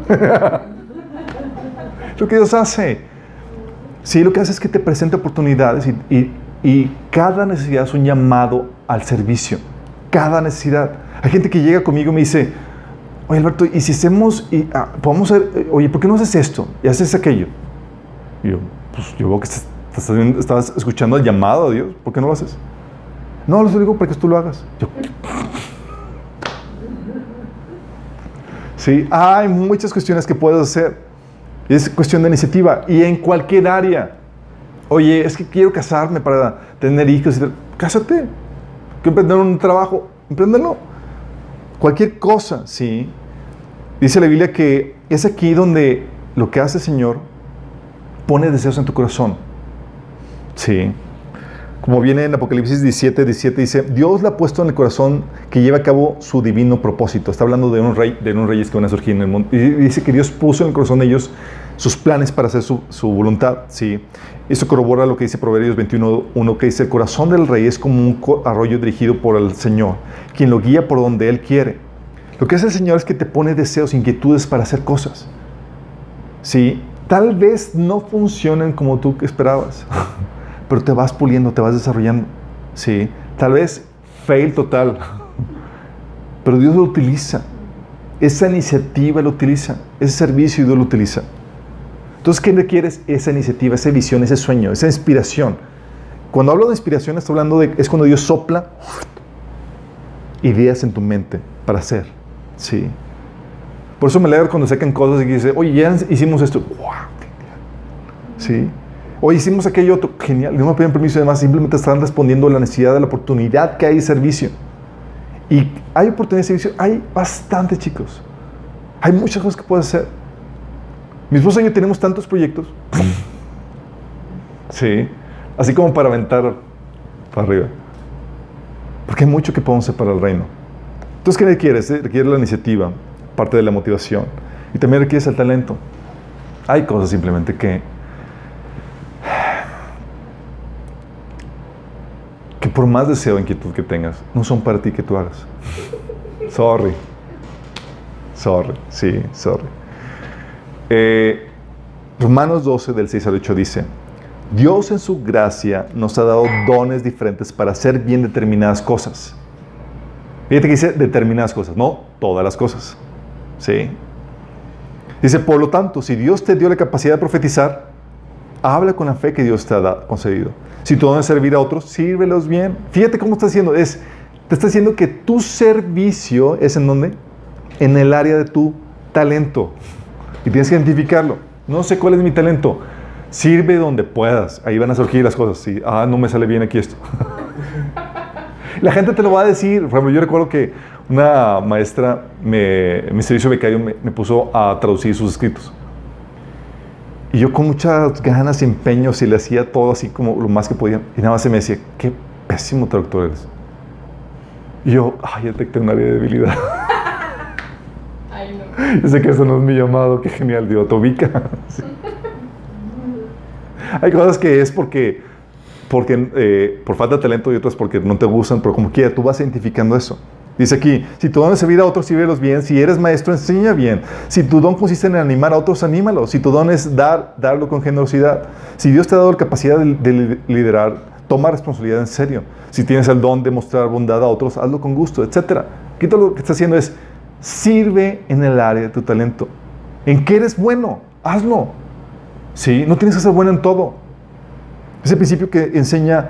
Lo que Dios hace. Sí, lo que hace es que te presenta oportunidades y cada necesidad es un llamado al servicio. Cada necesidad. Hay gente que llega conmigo y me dice, oye Alberto, ¿y si hacemos, podemos hacer, oye, ¿por qué no haces esto? Y haces aquello. Y yo, pues yo veo que estás escuchando el llamado a Dios, ¿por qué no lo haces? No, lo digo para que tú lo hagas. Yo, sí, hay muchas cuestiones que puedes hacer. Es cuestión de iniciativa y en cualquier área. Oye, es que quiero casarme para tener hijos. Cásate. Quiero emprender un trabajo. Empréndelo. Cualquier cosa, sí. Dice la Biblia que es aquí donde lo que hace el Señor pone deseos en tu corazón. Sí. Como viene en Apocalipsis 17 dice, Dios le ha puesto en el corazón que lleve a cabo su divino propósito. Está hablando de unos reyes que van a surgir en el mundo. Y dice que Dios puso en el corazón de ellos sus planes para hacer su voluntad. ¿Sí? Eso corrobora lo que dice Proverbios 21:1, que dice, el corazón del rey es como un arroyo dirigido por el Señor, quien lo guía por donde Él quiere. Lo que hace el Señor es que te pone deseos, inquietudes para hacer cosas. ¿Sí? Tal vez no funcionen como tú esperabas, pero te vas puliendo, te vas desarrollando. ¿Sí? Tal vez fail total, pero Dios lo utiliza. Esa iniciativa lo utiliza, ese servicio Dios lo utiliza. Entonces, ¿qué requieres? Esa iniciativa, esa visión, ese sueño, esa inspiración. Cuando hablo de inspiración, estoy hablando de, es cuando Dios sopla ideas en tu mente para hacer. Sí. Por eso me alegra cuando sacan cosas y dicen, oye, ya hicimos esto. ¡Wow! Sí. Oye, hicimos aquello otro. Genial. No me piden permiso y demás. Simplemente están respondiendo a la necesidad, de la oportunidad que hay de servicio. Y hay oportunidad de servicio. Hay bastante, chicos. Hay muchas cosas que puedes hacer. Mi esposa y yo tenemos tantos proyectos. Sí. Así como para aventar para arriba. Porque hay mucho que podemos hacer para el reino. Entonces, ¿qué requieres? Requiere la iniciativa, parte de la motivación. Y también requieres el talento. Hay cosas simplemente que por más deseo e inquietud que tengas, no son para ti que tú hagas. Sorry. Sí, sorry. Romanos 12, del 6 al 8 dice, Dios en su gracia nos ha dado dones diferentes para hacer bien determinadas cosas. Fíjate que dice determinadas cosas, no todas las cosas. ¿Sí? Dice, por lo tanto, si Dios te dio la capacidad de profetizar, habla con la fe que Dios te ha concedido. Si tu don es servir a otros, sírvelos bien. Fíjate cómo está haciendo. Te está diciendo que tu servicio es ¿en dónde? En el área de tu talento. Y tienes que identificarlo. No sé cuál es mi talento. Sirve donde puedas. Ahí van a surgir las cosas. Sí, no me sale bien aquí esto. La gente te lo va a decir. Por ejemplo, yo recuerdo que una maestra, mi servicio becario, me puso a traducir sus escritos. Y yo con muchas ganas y empeños y le hacía todo así como lo más que podía. Y nada más se me decía, qué pésimo traductor eres. Y yo, ya detecté un área de debilidad. Ay, no. Yo sé que eso no es mi llamado, qué genial, Dios, te ubica. Sí. Hay cosas que es porque por falta de talento y otras porque no te gustan, pero como quiera, tú vas identificando eso. Dice aquí, si tu don es servir a otros, sírvelos bien. Si eres maestro, enseña bien. Si tu don consiste en animar a otros, anímalos. Si tu don es darlo con generosidad. Si Dios te ha dado la capacidad de liderar, toma responsabilidad en serio. Si tienes el don de mostrar bondad a otros, hazlo con gusto, etc. Aquí todo lo que está haciendo es, sirve en el área de tu talento. ¿En qué eres bueno? Hazlo. ¿Sí? No tienes que ser bueno en todo. Ese principio que enseña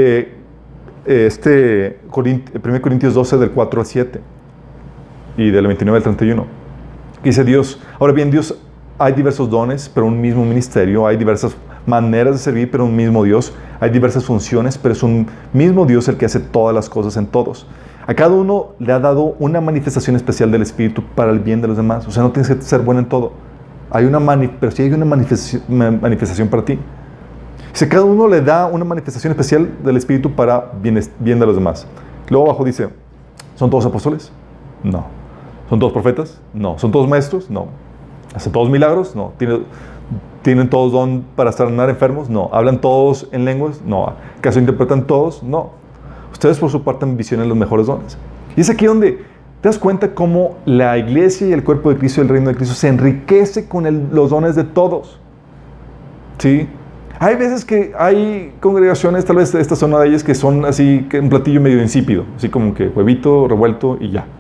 1 Corintios 12 del 4 al 7 y del 29 al 31. Dice Dios, ahora bien, Dios, hay diversos dones, pero un mismo ministerio, hay diversas maneras de servir, pero un mismo Dios, hay diversas funciones, pero es un mismo Dios el que hace todas las cosas en todos. A cada uno le ha dado una manifestación especial del Espíritu para el bien de los demás. O sea, no tienes que ser bueno en todo. Pero sí hay una manifestación para ti. Si cada uno le da una manifestación especial del Espíritu para bien de los demás. Luego abajo dice, ¿son todos apóstoles? No. ¿Son todos profetas? No. ¿Son todos maestros? No. ¿Hacen todos milagros? No. ¿Tienen todos don para sanar enfermos? No. ¿Hablan todos en lenguas? No. ¿Acaso interpretan todos? No. Ustedes por su parte ambicionan los mejores dones. Y es aquí donde te das cuenta cómo la iglesia y el cuerpo de Cristo y el reino de Cristo se enriquece con los dones de todos. ¿Sí? Hay veces que hay congregaciones, tal vez esta zona de ellas, que son así, que un platillo medio insípido, así como que huevito revuelto y ya.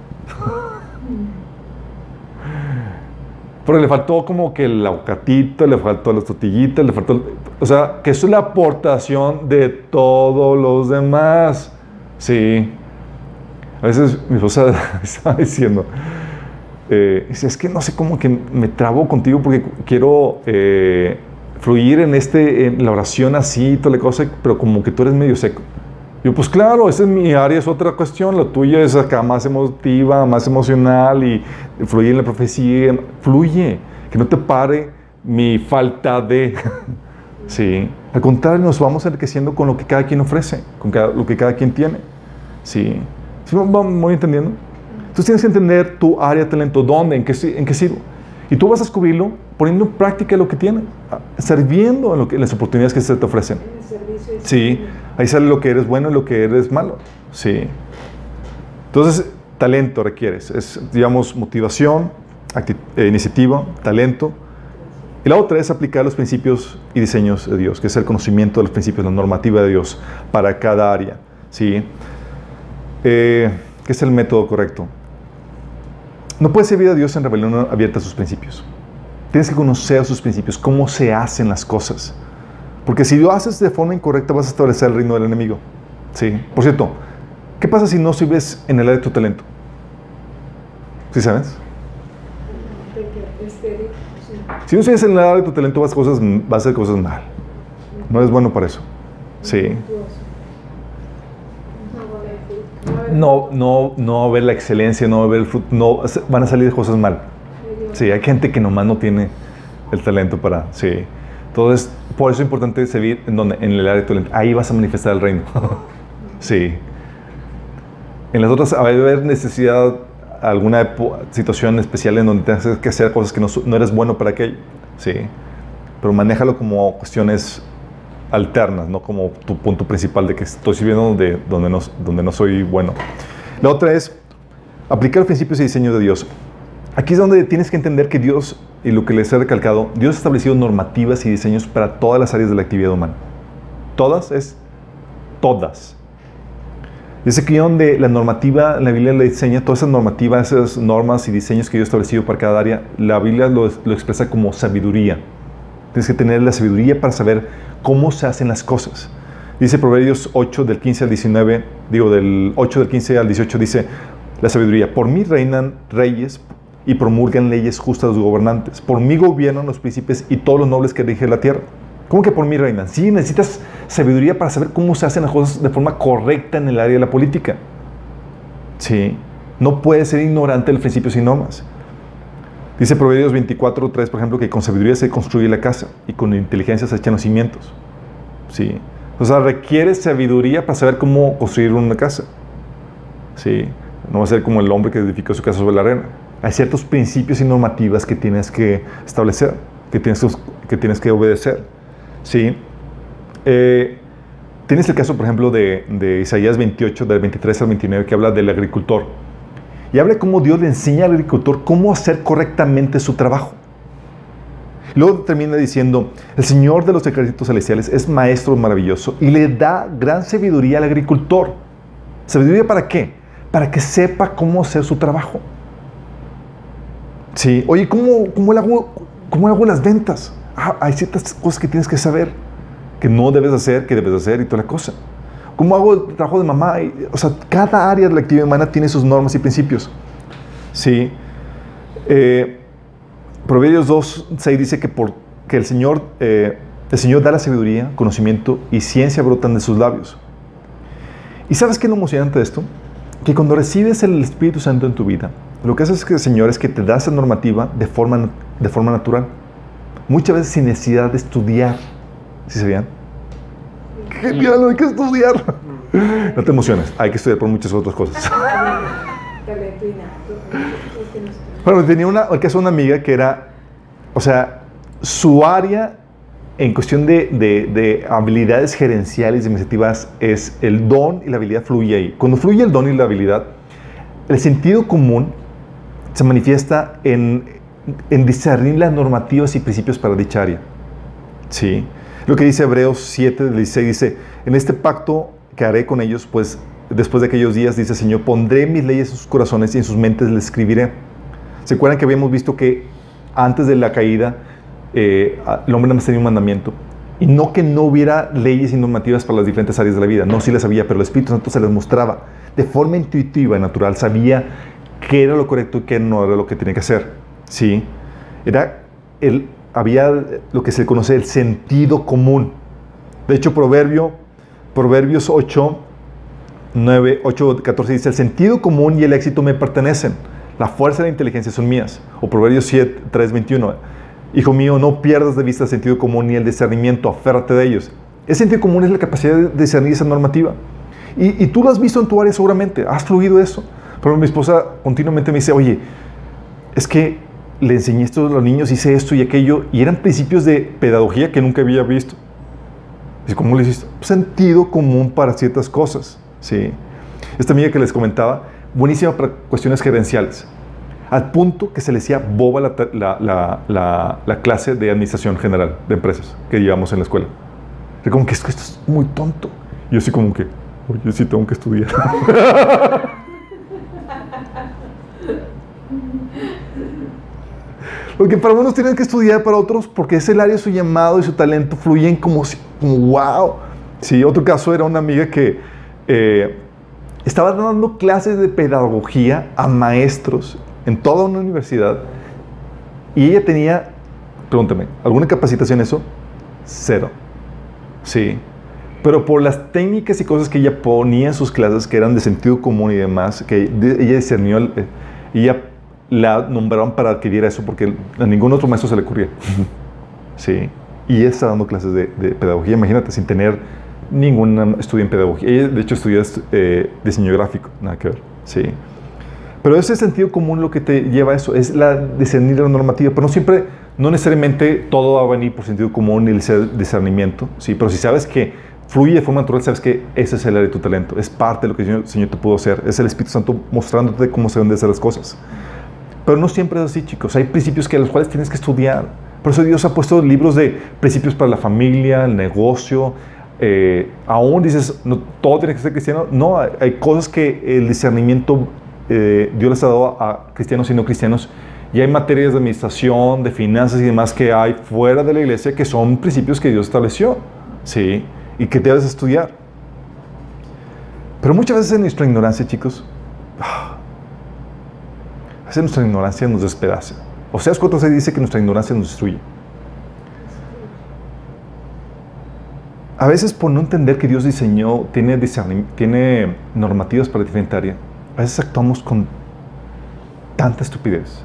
Porque le faltó como que el aguacatito, le faltó las tortillitas, le faltó... O sea, que eso es la aportación de todos los demás. Sí. A veces mi esposa estaba diciendo, dice, es que no sé cómo que me trabo contigo porque quiero... fluir en la oración así, toda la cosa, pero como que tú eres medio seco. Yo, pues claro, esa es mi área, es otra cuestión. La tuya es acá más emotiva, más emocional y fluye en la profecía. Fluye, que no te pare mi falta de... Sí. Al contrario, nos vamos enriqueciendo con lo que cada quien ofrece, con lo que cada quien tiene. ¿Sí? ¿Sí me voy entendiendo? Entonces tienes que entender tu área de talento, dónde, en qué sirvo. Y tú vas a descubrirlo poniendo en práctica lo que tienes, sirviendo en las oportunidades que se te ofrecen. Sí, ahí sale lo que eres bueno y lo que eres malo. Sí. Entonces, talento requieres. Es, digamos, motivación, iniciativa, talento. Y la otra es aplicar los principios y diseños de Dios, que es el conocimiento de los principios, la normativa de Dios para cada área. ¿Sí? ¿Qué es el método correcto? No puedes servir a Dios en rebelión abierta a sus principios. Tienes que conocer sus principios, cómo se hacen las cosas. Porque si lo haces de forma incorrecta, vas a establecer el reino del enemigo. ¿Sí? Por cierto, ¿qué pasa si no sirves en el área de tu talento? ¿Sí sabes? Si no sirves en el área de tu talento, vas a hacer cosas mal. No eres bueno para eso. Sí. No va a haber la excelencia, no va a haber el fruto, no, van a salir cosas mal. Sí, hay gente que nomás no tiene el talento para, sí. Entonces, por eso es importante servir en el área de talento. Ahí vas a manifestar el reino. Sí. En las otras, va a haber necesidad, alguna situación especial en donde tengas que hacer cosas que no eres bueno para aquello. Sí. Pero manéjalo como cuestiones alternas, no como tu punto principal de que estoy sirviendo donde no soy bueno. La otra es aplicar los principios y diseños de Dios. Aquí es donde tienes que entender que Dios, y lo que les he recalcado, Dios ha establecido normativas y diseños para todas las áreas de la actividad humana. Todas. Y es aquí donde la normativa, la Biblia le diseña todas esas normativas, esas normas y diseños que Dios ha establecido para cada área. La Biblia lo expresa como sabiduría. Tienes que tener la sabiduría para saber cómo se hacen las cosas. Dice Proverbios 8, del 15 al 19, del 8 del 15 al 18, dice la sabiduría: por mí reinan reyes y promulgan leyes justas los gobernantes. Por mí gobiernan los príncipes y todos los nobles que rigen la tierra. ¿Cómo que por mí reinan? Sí, necesitas sabiduría para saber cómo se hacen las cosas de forma correcta en el área de la política. Sí. No puedes ser ignorante de los principios y normas. Dice Proverbios 24, 3, por ejemplo, que con sabiduría se construye la casa y con inteligencia se echan los cimientos. Sí. O sea, requiere sabiduría para saber cómo construir una casa. Sí. No va a ser como el hombre que edificó su casa sobre la arena. Hay ciertos principios y normativas que tienes que establecer, que tienes que obedecer. ¿Sí? Tienes el caso, por ejemplo, de Isaías 28, del 23 al 29, que habla del agricultor. Y habla cómo Dios le enseña al agricultor cómo hacer correctamente su trabajo. Luego termina diciendo: el Señor de los ejércitos celestiales es maestro maravilloso y le da gran sabiduría al agricultor. ¿Sabiduría para qué? Para que sepa cómo hacer su trabajo. Sí. Oye, ¿cómo le hago las ventas? Hay ciertas cosas que tienes que saber, que no debes hacer, que debes hacer y toda la cosa. ¿Cómo hago el trabajo de mamá? O sea, cada área de la actividad humana tiene sus normas y principios. Sí. Proverbios 2:6 dice que el Señor da la sabiduría, conocimiento y ciencia brotan de sus labios. ¿Y sabes qué es lo emocionante de esto? Que cuando recibes el Espíritu Santo en tu vida, lo que hace es que el Señor es que te da esa normativa de forma natural. Muchas veces sin necesidad de estudiar. ¿Sí sabían? Genial, no hay que estudiar. No te emociones, hay que estudiar por muchas otras cosas. Bueno, tenía el caso de una amiga que era, o sea, su área en cuestión de habilidades gerenciales y administrativas es el don y la habilidad fluye ahí. Cuando fluye el don y la habilidad, el sentido común se manifiesta en discernir las normativas y principios para dicha área. Sí. Lo que dice Hebreos 7, 16, dice: en este pacto que haré con ellos, pues después de aquellos días, dice el Señor, pondré mis leyes en sus corazones y en sus mentes les escribiré. ¿Se acuerdan que habíamos visto que antes de la caída el hombre nada más tenía un mandamiento? Y no que no hubiera leyes y normativas para las diferentes áreas de la vida. No, sí las había, pero el Espíritu Santo se las mostraba. De forma intuitiva y natural sabía qué era lo correcto y qué no era lo que tenía que hacer. ¿Sí? Había lo que se conoce el sentido común. De hecho, Proverbios 8, 14 dice: el sentido común y el éxito me pertenecen. La fuerza y la inteligencia son mías. O Proverbios 3, 21. Hijo mío, no pierdas de vista el sentido común ni el discernimiento, aférrate de ellos. Ese sentido común es la capacidad de discernir esa normativa. Y tú lo has visto en tu área seguramente, has fluido eso. Pero mi esposa continuamente me dice, oye, es que le enseñé esto a los niños, hice esto y aquello, y eran principios de pedagogía que nunca había visto. ¿Y cómo le hiciste? Sentido común para ciertas cosas, ¿sí? Esta amiga que les comentaba, buenísima para cuestiones gerenciales, al punto que se le decía boba la clase de administración general de empresas que llevamos en la escuela. Y como que esto es muy tonto. Y yo así como que, oye, sí tengo que estudiar. Porque para unos tienen que estudiar, para otros, porque es el área de su llamado y su talento, fluyen como wow. Sí, otro caso era una amiga que estaba dando clases de pedagogía a maestros en toda una universidad y ella tenía, pregúntame, ¿alguna capacitación en eso? Cero. Sí. Pero por las técnicas y cosas que ella ponía en sus clases, que eran de sentido común y demás, que ella discernió, ella la nombraron para que diera eso porque a ningún otro maestro se le ocurría. Sí. Y ella está dando clases de pedagogía, imagínate, sin tener ningún estudio en pedagogía. Ella, de hecho, estudió diseño gráfico, nada que ver. Sí. Pero ese sentido común lo que te lleva a eso es discernir la normativa. Pero no siempre, no necesariamente todo va a venir por sentido común y el discernimiento. Sí. Pero si sabes que fluye de forma natural, sabes que ese es el área de tu talento. Es parte de lo que el Señor te pudo hacer. Es el Espíritu Santo mostrándote cómo se deben de hacer las cosas. Pero no siempre es así, chicos. Hay principios que a los cuales tienes que estudiar. Por eso Dios ha puesto libros de principios para la familia, el negocio. Aún dices, no, todo tiene que ser cristiano. No, hay cosas que el discernimiento Dios les ha dado a cristianos y no cristianos. Y hay materias de administración, de finanzas y demás que hay fuera de la iglesia que son principios que Dios estableció. ¿Sí? Y que debes estudiar. Pero muchas veces en nuestra ignorancia, chicos, a veces nuestra ignorancia nos despedaza. Oseas 4:6 dice que nuestra ignorancia nos destruye. A veces por no entender que Dios diseñó, tiene normativas para diferente área, a veces actuamos con tanta estupidez.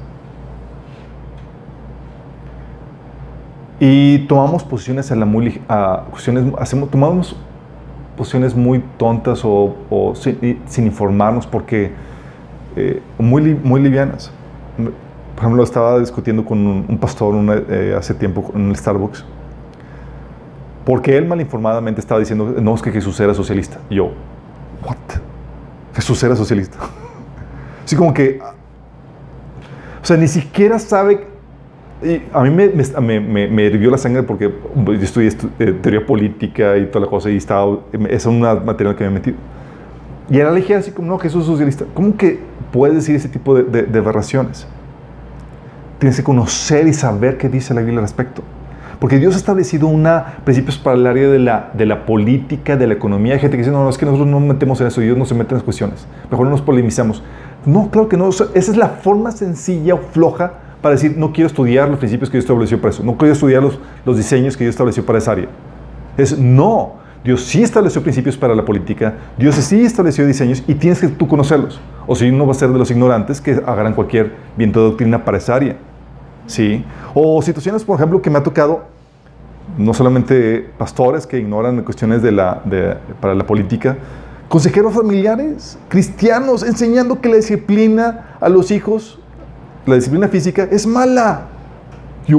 Y tomamos posiciones tomamos posiciones muy tontas o sin informarnos porque muy livianas. Por ejemplo, estaba discutiendo con un pastor hace tiempo en el Starbucks porque él malinformadamente estaba diciendo, no, es que Jesús era socialista. Y yo, ¿what? Jesús era socialista. Así como que, o sea, ni siquiera sabe. Y a mí me hirvió la sangre porque yo estudié teoría política y toda la cosa y esa es una materia que me he metido. Y era ligera así como, no, Jesús es socialista. ¿Cómo que puedes decir ese tipo de aberraciones? Tienes que conocer y saber qué dice la Biblia al respecto. Porque Dios ha establecido principios para el área de la política, de la economía. Hay gente que dice, no, es que nosotros no nos metemos en eso, Dios no se mete en las cuestiones. Mejor no nos polemizamos. No, claro que no. Esa es la forma sencilla o floja para decir, no quiero estudiar los principios que Dios estableció para eso. No quiero estudiar los diseños que Dios estableció para esa área. No. Dios sí estableció principios para la política. Dios sí estableció diseños y tienes que tú conocerlos. O si no vas a ser de los ignorantes que agarran cualquier viento de doctrina para esa área. ¿Sí? O situaciones, por ejemplo, que me ha tocado, no solamente pastores que ignoran cuestiones para la política, consejeros familiares, cristianos, enseñando que la disciplina a los hijos, la disciplina física, es mala. Eso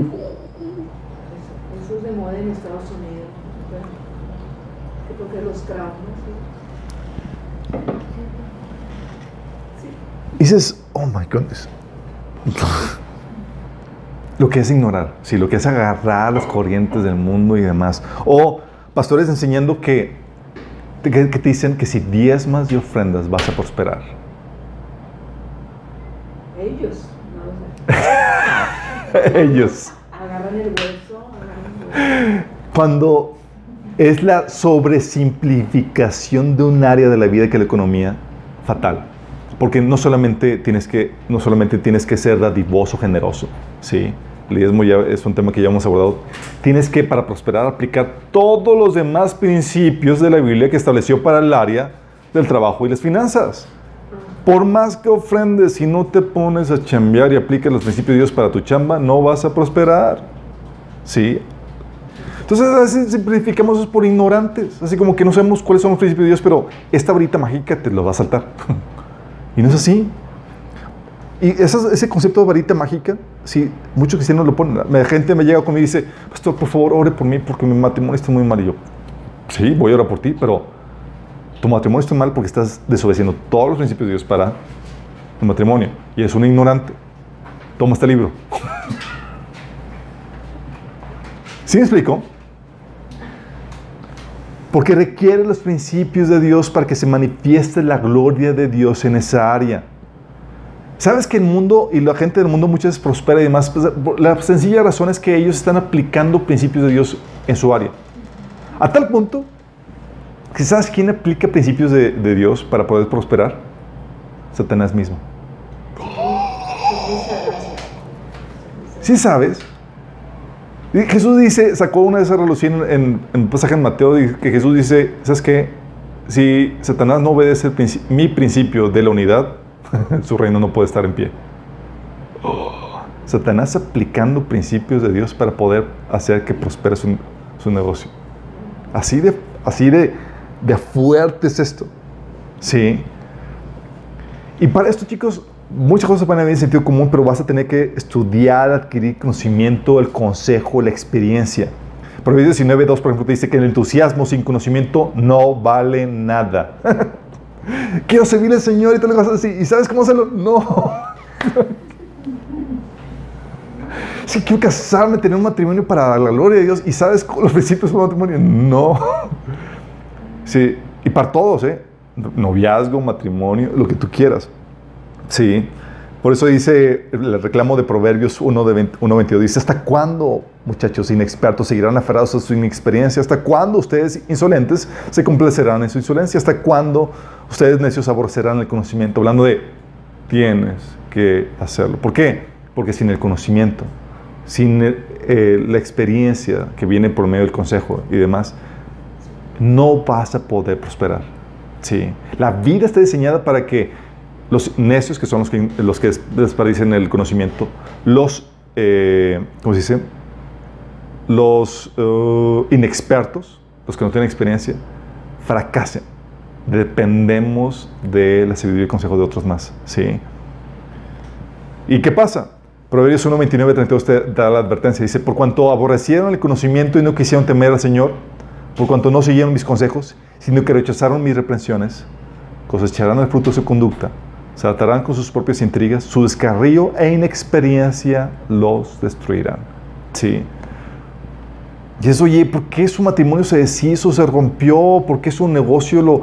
es de moda en Estados Unidos. Porque los traumas. ¿Sí? Y dices, oh my goodness. Lo que es ignorar, sí, lo que es agarrar las corrientes del mundo y demás. O pastores enseñando que te dicen que si diezmas y ofrendas vas a prosperar. Ellos, no lo sé. Ellos. Agarran el hueso. Cuando es la sobresimplificación de un área de la vida que la economía, fatal. Porque no solamente tienes que ser dadivoso, generoso, ¿sí? El diezmo ya es un tema que ya hemos abordado. Tienes que, para prosperar, aplicar todos los demás principios de la Biblia que estableció para el área del trabajo y las finanzas. Por más que ofrendes, si no te pones a chambear y aplicas los principios de Dios para tu chamba, no vas a prosperar. ¿Sí? Entonces a veces simplificamos eso por ignorantes, así como que no sabemos cuáles son los principios de Dios, pero esta varita mágica te lo va a saltar. Y no es así. Y ese concepto de varita mágica, sí, muchos cristianos lo ponen. La gente me llega conmigo y dice, pastor, por favor, ore por mí porque mi matrimonio está muy mal. Y yo, sí, voy a orar por ti, pero tu matrimonio está mal porque estás desobedeciendo todos los principios de Dios para el matrimonio. Y es un ignorante. Toma este libro. ¿Sí me explico? Porque requiere los principios de Dios para que se manifieste la gloria de Dios en esa área. ¿Sabes que el mundo y la gente del mundo muchas veces prospera y demás? Pues, la sencilla razón es que ellos están aplicando principios de Dios en su área. A tal punto que ¿sabes quién aplica principios de Dios para poder prosperar? Satanás mismo. ¿Sí sabes? Jesús dice, sacó una de esas relucir en un pasaje en Mateo, que Jesús dice, ¿sabes qué? Si Satanás no obedece mi principio de la unidad, su reino no puede estar en pie. Satanás aplicando principios de Dios para poder hacer que prospere su negocio. Así de fuerte es esto. Sí. Y para esto, chicos, muchas cosas van a venir en sentido común, pero vas a tener que estudiar, adquirir conocimiento, el consejo, la experiencia. Proverbios 19:2, por ejemplo, te dice que el entusiasmo sin conocimiento no vale nada. Quiero servir al Señor y tú le vas a decir, ¿y sabes cómo hacerlo? No. Sí, quiero casarme, tener un matrimonio para la gloria de Dios. ¿Y sabes los principios del matrimonio? No. Sí, y para todos, noviazgo, matrimonio, lo que tú quieras. Sí, por eso dice el reclamo de Proverbios 1:22, dice, ¿hasta cuándo, muchachos inexpertos, seguirán aferrados a su inexperiencia? ¿Hasta cuándo ustedes insolentes se complacerán en su insolencia? ¿Hasta cuándo ustedes necios aborrecerán el conocimiento? Hablando de, tienes que hacerlo. ¿Por qué? Porque sin el conocimiento, sin la experiencia que viene por medio del consejo y demás, no vas a poder prosperar. Sí, la vida está diseñada para que los necios, que son los que desperdician el conocimiento, ¿cómo se dice? Los inexpertos, los que no tienen experiencia, fracasen. Dependemos de la sabiduría y el consejo de otros más. ¿Sí? ¿Y qué pasa? Proverbios 1:29-32 te da la advertencia. Dice, por cuanto aborrecieron el conocimiento y no quisieron temer al Señor, por cuanto no siguieron mis consejos, sino que rechazaron mis reprensiones, cosecharán el fruto de su conducta, se atarán con sus propias intrigas, su descarrío e inexperiencia los destruirán. Sí. Y es, oye, ¿por qué su matrimonio se deshizo, se rompió? ¿Por qué su negocio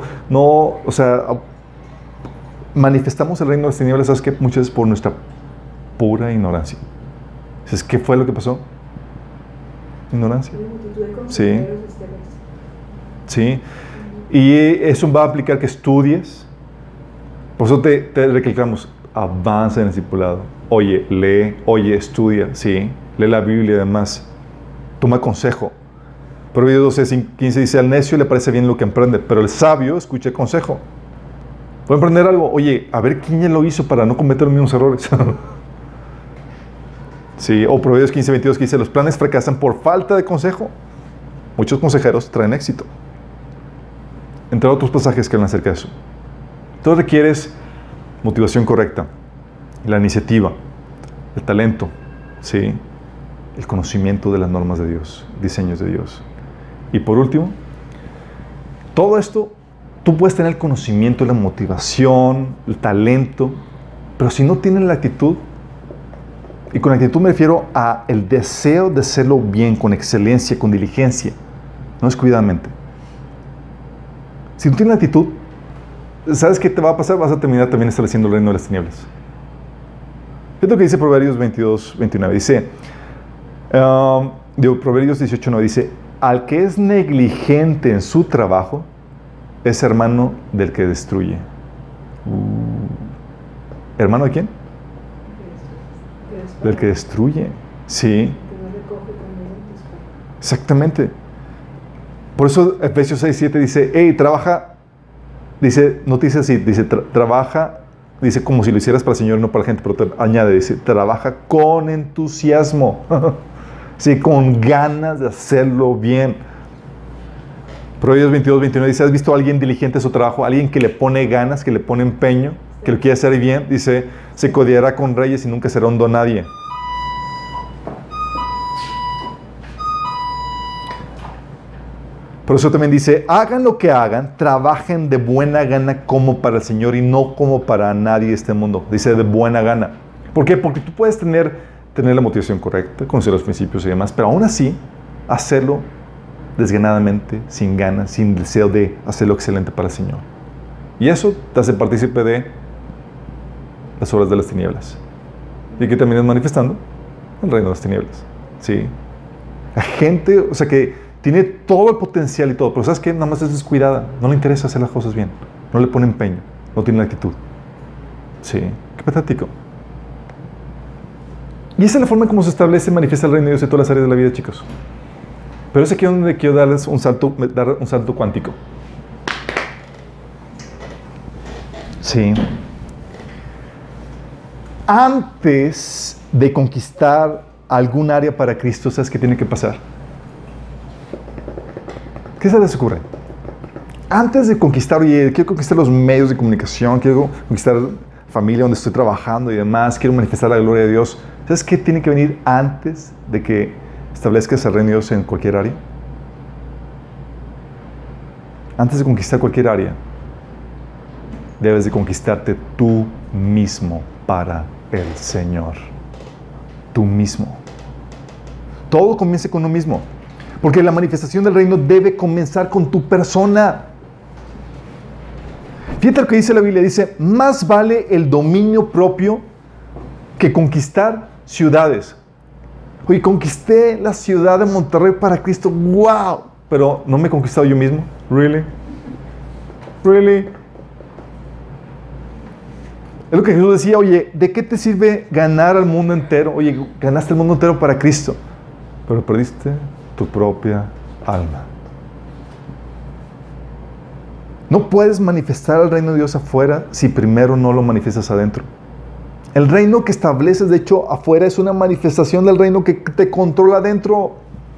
manifestamos el reino de las tinieblas? ¿Sabes qué? Muchas veces por nuestra pura ignorancia. ¿Sabes qué fue lo que pasó? Ignorancia. Sí. Sí. Y eso va a aplicar que estudies. Por eso te recalcamos, avanza en el discipulado. Oye, lee, oye, estudia, sí. Lee la Biblia y demás. Toma consejo. Proverbios 12:15 dice, al necio le parece bien lo que emprende, pero el sabio escucha el consejo. ¿Puede emprender algo? Oye, a ver quién ya lo hizo para no cometer los mismos errores. Sí, o Proverbios 15:22 que dice, los planes fracasan por falta de consejo. Muchos consejeros traen éxito. Entre otros pasajes que hablan acerca de eso. Entonces requieres motivación correcta, la iniciativa, el talento, ¿sí? El conocimiento de las normas de Dios, diseños de Dios. Y por último, todo esto, tú puedes tener el conocimiento, la motivación, el talento, pero si no tienes la actitud, y con actitud me refiero a el deseo de hacerlo bien, con excelencia, con diligencia, no descuidadamente. Si no tienes la actitud, ¿sabes qué te va a pasar? Vas a terminar también estableciendo el reino de las tinieblas. Es lo que dice Proverbios 22:29. Dice, Proverbios 18:9 dice, al que es negligente en su trabajo, es hermano del que destruye. ¿Hermano de quién? Del que destruye. Sí. Exactamente. Por eso Efesios 6:7 dice, hey, trabaja. Dice, no te dice así, dice, trabaja, dice como si lo hicieras para el Señor, no para la gente, pero añade, dice, trabaja con entusiasmo. Sí, con ganas de hacerlo bien. Proverbios 22, 29 dice, ¿has visto a alguien diligente en su trabajo? Alguien que le pone ganas, que le pone empeño, que lo quiere hacer bien. Dice, se codiará con reyes y nunca será un don nadie. Por eso también dice, hagan lo que hagan, trabajen de buena gana como para el Señor y no como para nadie de este mundo. Dice de buena gana. ¿Por qué? Porque tú puedes tener la motivación correcta, conocer los principios y demás, pero aún así, hacerlo desganadamente, sin ganas, sin deseo de hacerlo excelente para el Señor. Y eso te hace partícipe de las obras de las tinieblas. Y que terminas manifestando el reino de las tinieblas. ¿Sí? La gente, o sea que tiene todo el potencial y todo, pero ¿sabes qué? Nada más es descuidada. No le interesa hacer las cosas bien. No le pone empeño. No tiene la actitud. Sí. Qué patético. Y esa es la forma en cómo se establece y manifiesta el reino de Dios en todas las áreas de la vida, chicos. Pero es aquí donde quiero darles dar un salto cuántico. Sí. Antes de conquistar algún área para Cristo, ¿sabes qué tiene que pasar? ¿Qué se les ocurre? Antes de conquistar, oye, quiero conquistar los medios de comunicación, quiero conquistar familia donde estoy trabajando y demás, quiero manifestar la gloria de Dios. ¿Sabes qué tiene que venir antes de que establezcas el reino de Dios en cualquier área? Antes de conquistar cualquier área, debes de conquistarte tú mismo para el Señor. Tú mismo. Todo comienza con uno mismo. Porque la manifestación del reino debe comenzar con tu persona. Fíjate lo que dice la Biblia. Dice, más vale el dominio propio que conquistar ciudades. Oye, conquisté la ciudad de Monterrey para Cristo. ¡Wow! Pero no me he conquistado yo mismo. ¿Really? ¿Really? Es lo que Jesús decía. Oye, ¿de qué te sirve ganar al mundo entero? Oye, ganaste el mundo entero para Cristo, pero perdiste tu propia alma. No puedes manifestar el reino de Dios afuera si primero no lo manifiestas adentro. El reino que estableces, de hecho, afuera es una manifestación del reino que te controla adentro.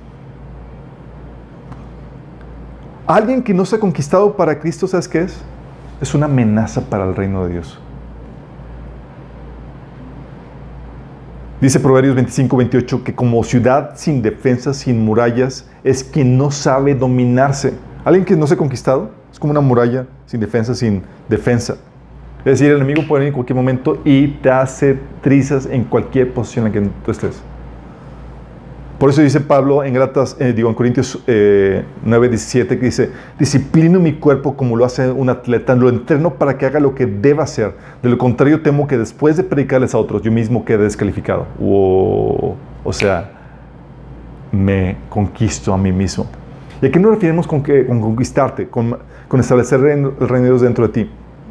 Alguien que no se ha conquistado para Cristo, ¿sabes qué es? Es una amenaza para el reino de Dios. Dice Proverbios 25, 28 que como ciudad sin defensa, sin murallas, es quien no sabe dominarse. Alguien que no se ha conquistado es como una muralla sin defensa, sin defensa. Es decir, el enemigo puede venir en cualquier momento y te hace trizas en cualquier posición en la que tú estés. Por eso dice Pablo en Corintios 9, 17, que dice, disciplino mi cuerpo como lo hace un atleta, lo entreno para que haga lo que deba hacer. De lo contrario, temo que después de predicarles a otros, yo mismo quede descalificado. O sea, me conquisto a mí mismo. ¿Y a qué nos referimos con conquistarte, con establecer el reino de Dios dentro de ti?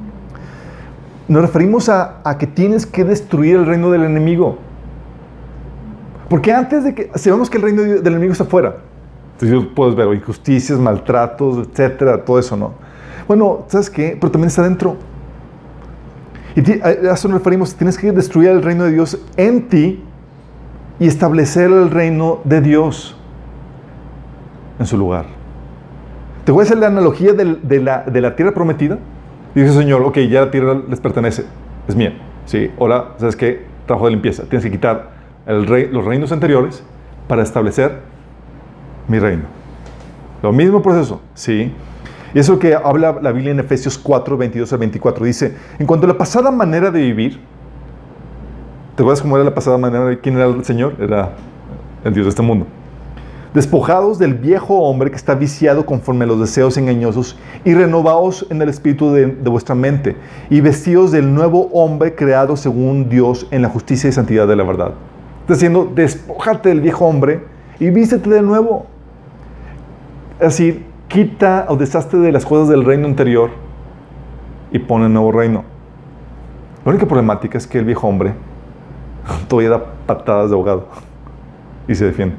Nos referimos a que tienes que destruir el reino del enemigo. Porque antes de que sabemos que el reino del enemigo está afuera, entonces puedes ver injusticias, maltratos, etcétera, todo eso, ¿no? Bueno, ¿sabes qué? Pero también está dentro. Y a eso nos referimos, tienes que destruir el reino de Dios en ti y establecer el reino de Dios en su lugar. Te voy a hacer la analogía de la tierra prometida. Y dice, Señor, ok, ya la tierra les pertenece, es mía. Sí, ahora, ¿sabes qué? Trabajo de limpieza. Tienes que quitar los reinos anteriores para establecer mi reino. Lo mismo proceso, ¿sí? Y eso que habla la Biblia en Efesios 4, 22 al 24. Dice, en cuanto a la pasada manera de vivir, ¿te acuerdas cómo era la pasada manera de quién era el Señor? Era el Dios de este mundo. Despojados del viejo hombre que está viciado conforme a los deseos engañosos y renovados en el espíritu de vuestra mente y vestidos del nuevo hombre creado según Dios en la justicia y santidad de la verdad. Está diciendo, despójate del viejo hombre y vístete de nuevo. Es decir, quita o deshazte de las cosas del reino anterior y pon el nuevo reino. La única problemática es que el viejo hombre todavía da patadas de ahogado y se defiende.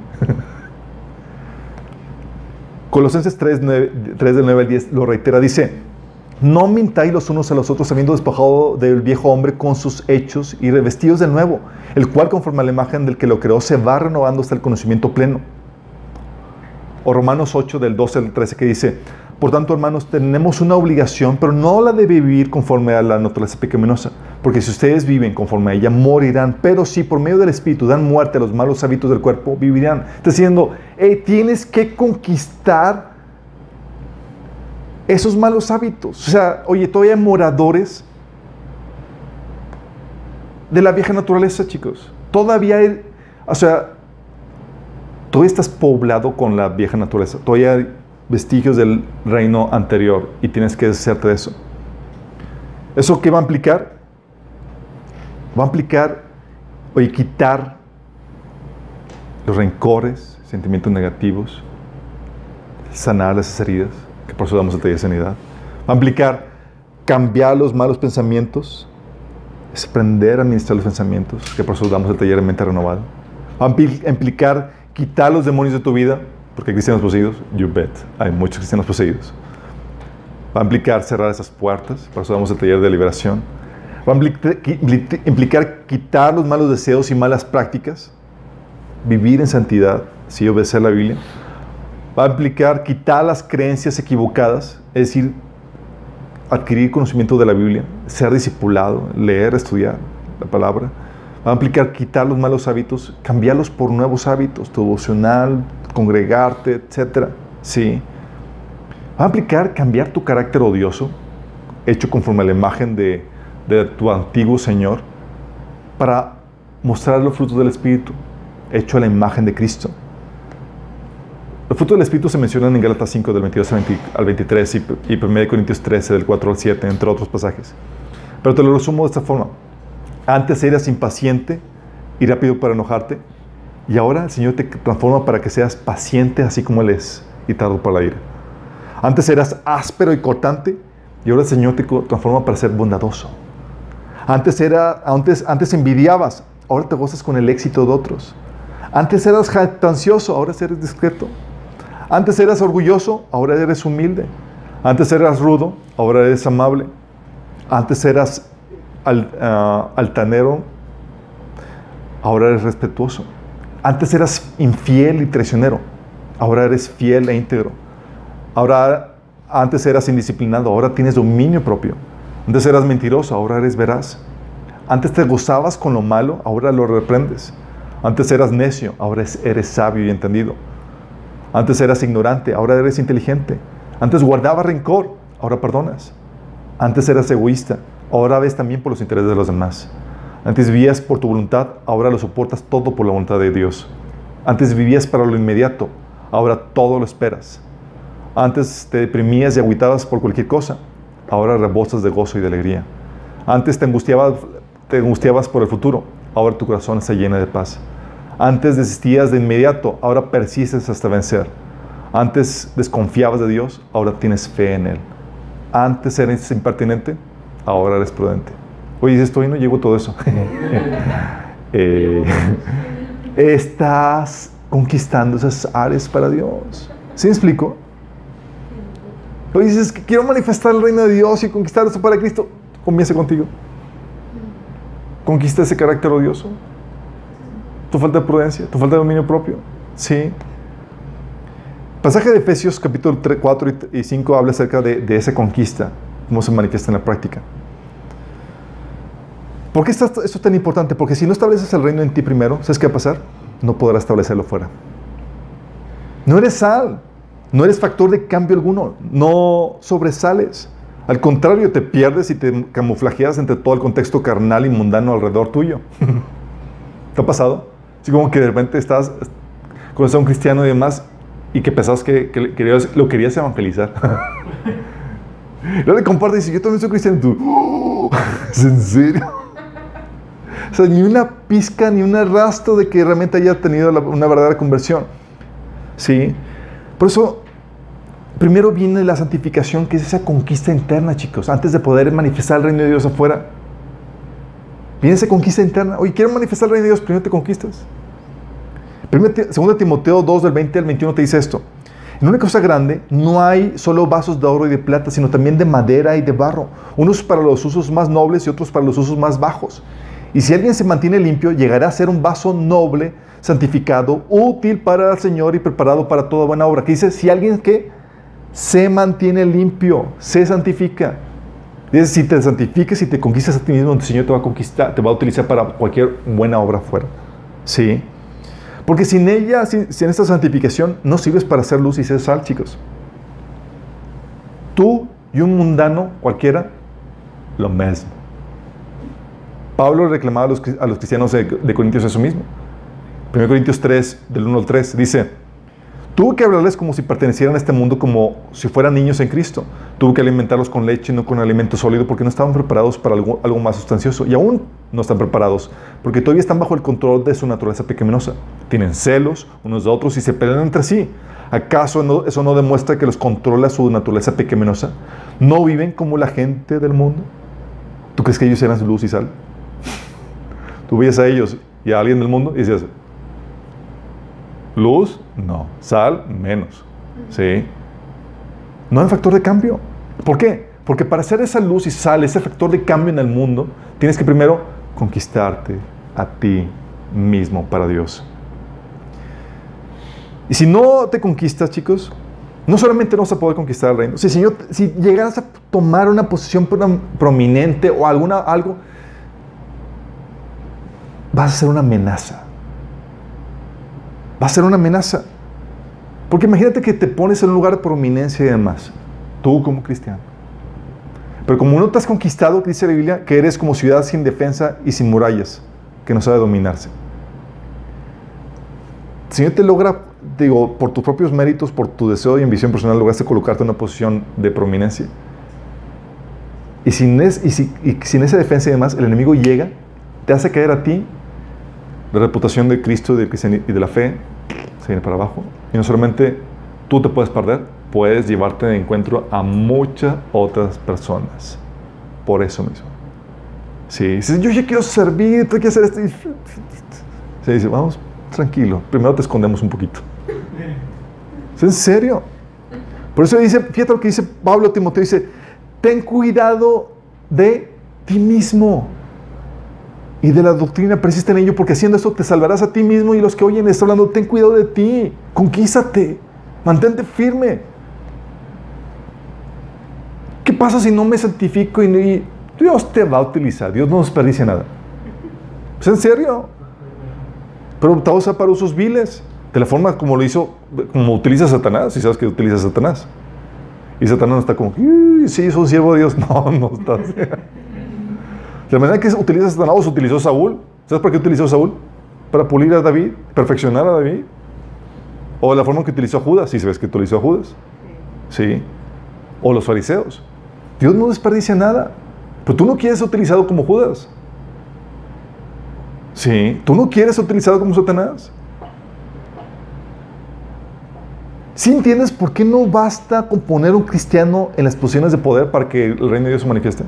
Colosenses 3, del 9 al 10 lo reitera, dice, No mintáis los unos a los otros, habiendo despojado del viejo hombre con sus hechos y revestidos del nuevo, el cual conforme a la imagen del que lo creó se va renovando hasta el conocimiento pleno. O Romanos 8 del 12 al 13 que dice: por tanto, hermanos, tenemos una obligación, pero no la de vivir conforme a la naturaleza pecaminosa, porque si ustedes viven conforme a ella, morirán, pero si por medio del Espíritu dan muerte a los malos hábitos del cuerpo, vivirán. Está diciendo, tienes que conquistar esos malos hábitos. O sea, oye, todavía hay moradores de la vieja naturaleza, chicos. Todavía hay, o sea, todavía estás poblado con la vieja naturaleza. Todavía hay vestigios del reino anterior y tienes que deshacerte de eso. ¿Eso qué va a implicar? Va a implicar, oye, quitar los rencores, sentimientos negativos, sanar las heridas, que por eso damos el taller de sanidad. Va a implicar cambiar los malos pensamientos, es aprender a administrar los pensamientos, que por eso damos el taller de mente renovada. Va a implicar quitar los demonios de tu vida, porque hay cristianos poseídos, you bet, hay muchos cristianos poseídos. Va a implicar cerrar esas puertas, por eso damos el taller de liberación. Va a implicar quitar los malos deseos y malas prácticas, vivir en santidad, sí, obedecer la Biblia. Va a implicar quitar las creencias equivocadas, es decir, adquirir conocimiento de la Biblia, ser discipulado, leer, estudiar la palabra. Va a implicar quitar los malos hábitos, cambiarlos por nuevos hábitos, tu devocional, congregarte, etc. Sí. Va a implicar cambiar tu carácter odioso, hecho conforme a la imagen de tu antiguo Señor, para mostrar los frutos del Espíritu, hecho a la imagen de Cristo. Los frutos del Espíritu se mencionan en Gálatas 5, del 22 al 23, y 1 Corintios 13, del 4 al 7, entre otros pasajes. Pero te lo resumo de esta forma. Antes eras impaciente y rápido para enojarte, y ahora el Señor te transforma para que seas paciente así como Él es, y tardo para la ira. Antes eras áspero y cortante, y ahora el Señor te transforma para ser bondadoso. Antes envidiabas, ahora te gozas con el éxito de otros. Antes eras jactancioso, ahora eres discreto. Antes eras orgulloso, ahora eres humilde. Antes eras rudo, ahora eres amable. Antes eras altanero, ahora eres respetuoso. Antes eras infiel y traicionero, ahora eres fiel e íntegro. Antes eras indisciplinado, ahora tienes dominio propio. Antes eras mentiroso, ahora eres veraz. Antes te gozabas con lo malo, ahora lo reprendes. Antes eras necio, ahora eres sabio y entendido. Antes eras ignorante, ahora eres inteligente. Antes guardabas rencor, ahora perdonas. Antes eras egoísta, ahora ves también por los intereses de los demás. Antes vivías por tu voluntad, ahora lo soportas todo por la voluntad de Dios. Antes vivías para lo inmediato, ahora todo lo esperas. Antes te deprimías y agüitabas por cualquier cosa, ahora rebosas de gozo y de alegría. Antes te angustiabas por el futuro, ahora tu corazón se llena de paz. Antes desistías de inmediato, ahora persistes hasta vencer. Antes desconfiabas de Dios, ahora tienes fe en Él. Antes eres impertinente, ahora eres prudente. Oye, dices, estoy no llego todo eso. Estás conquistando esas áreas para Dios. ¿Sí me explico? Oye, dices que quiero manifestar el reino de Dios y conquistar eso para Cristo. Comienza contigo. Conquista ese carácter odioso. Tu falta de prudencia, tu falta de dominio propio. Sí. Pasaje de Efesios capítulo 3, 4 y 5 habla acerca de esa conquista, cómo se manifiesta en la práctica. ¿Por qué esto es tan importante? Porque si no estableces el reino en ti primero, ¿sabes qué va a pasar? No podrás establecerlo fuera. No eres sal, no eres factor de cambio alguno, no sobresales. Al contrario, te pierdes y te camuflajeas entre todo el contexto carnal y mundano alrededor tuyo. ¿Te ha pasado? Así como que de repente estás conoces a un cristiano y demás y que pensabas que lo querías evangelizar. Luego le compartes y dices, yo también soy cristiano. Y tú, oh, ¿es en serio? O sea, ni una pizca, ni un rastro de que realmente haya tenido una verdadera conversión. ¿Sí? Por eso, primero viene la santificación, que es esa conquista interna, chicos. Antes de poder manifestar el reino de Dios afuera, viene esa conquista interna. Oye, quiero manifestar el reino de Dios, primero te conquistas. 2 Timoteo 2, del 20 al 21 te dice esto. En una casa grande no hay solo vasos de oro y de plata, sino también de madera y de barro, unos para los usos más nobles y otros para los usos más bajos. Y si alguien se mantiene limpio, llegará a ser un vaso noble, santificado, útil para el Señor y preparado para toda buena obra. Que dice, si alguien que se mantiene limpio, se santifica. Dice, si te santificas y te conquistas a ti mismo, el Señor te va a conquistar, te va a utilizar para cualquier buena obra fuera. ¿Sí? Porque sin ella, sin esta santificación, no sirves para hacer luz y ser sal, chicos. Tú y un mundano cualquiera, lo mismo. Pablo reclamaba a los cristianos de Corintios eso mismo. 1 Corintios 3, del 1 al 3, dice: tuvo que hablarles como si pertenecieran a este mundo, como si fueran niños en Cristo. Tuvo que alimentarlos con leche y no con alimento sólido, porque no estaban preparados para algo más sustancioso. Y aún no están preparados, porque todavía están bajo el control de su naturaleza pecaminosa. Tienen celos unos de otros y se pelean entre sí. ¿Acaso eso no demuestra que los controla su naturaleza pecaminosa? ¿No viven como la gente del mundo? ¿Tú crees que ellos eran luz y sal? Tú veías a ellos y a alguien del mundo y decías: luz, no. Sal, menos. ¿Sí? No hay factor de cambio. ¿Por qué? Porque para ser esa luz y sal, ese factor de cambio en el mundo, tienes que primero conquistarte a ti mismo para Dios. Y si no te conquistas, chicos, no solamente no vas a poder conquistar el reino. Si llegaras a tomar una posición prominente o algo, vas a ser una amenaza. Va a ser una amenaza. Porque imagínate que te pones en un lugar de prominencia y demás, tú como cristiano. Pero como no te has conquistado, dice la Biblia, que eres como ciudad sin defensa y sin murallas, que no sabe dominarse. El Señor te logra, por tus propios méritos, por tu deseo y ambición personal, lograste colocarte en una posición de prominencia. Y sin esa defensa y demás, el enemigo llega, te hace caer a ti. La reputación de Cristo y de la fe se viene para abajo. Y no solamente tú te puedes perder, puedes llevarte de encuentro a muchas otras personas. Por eso mismo. Sí, dices: yo ya quiero servir, tengo que hacer esto. Se dice: vamos, tranquilo, primero te escondemos un poquito. ¿Es en serio? Por eso dice, fíjate lo que dice Pablo a Timoteo, dice: ten cuidado de ti mismo y de la doctrina, persiste en ello, porque haciendo esto te salvarás a ti mismo y los que oyen. Está hablando: ten cuidado de ti, conquístate, mantente firme. ¿Qué pasa si no me santifico y Dios te va a utilizar? Dios no desperdicia nada. ¿Es en serio? Pero te va a usar para usos viles, de la forma como lo hizo, como utiliza Satanás. Si sabes que utiliza Satanás, y Satanás no está como: sí, soy siervo de Dios. No está así. La manera que utiliza Satanás, utilizó Saúl. ¿Sabes por qué utilizó Saúl? Para pulir a David, perfeccionar a David. O la forma que utilizó a Judas. ¿Sí sabes que utilizó a Judas? Sí. O los fariseos. Dios no desperdicia nada. Pero tú no quieres ser utilizado como Judas. Sí. Tú no quieres ser utilizado como Satanás. ¿Sí entiendes por qué no basta con poner un cristiano en las posiciones de poder para que el reino de Dios se manifieste?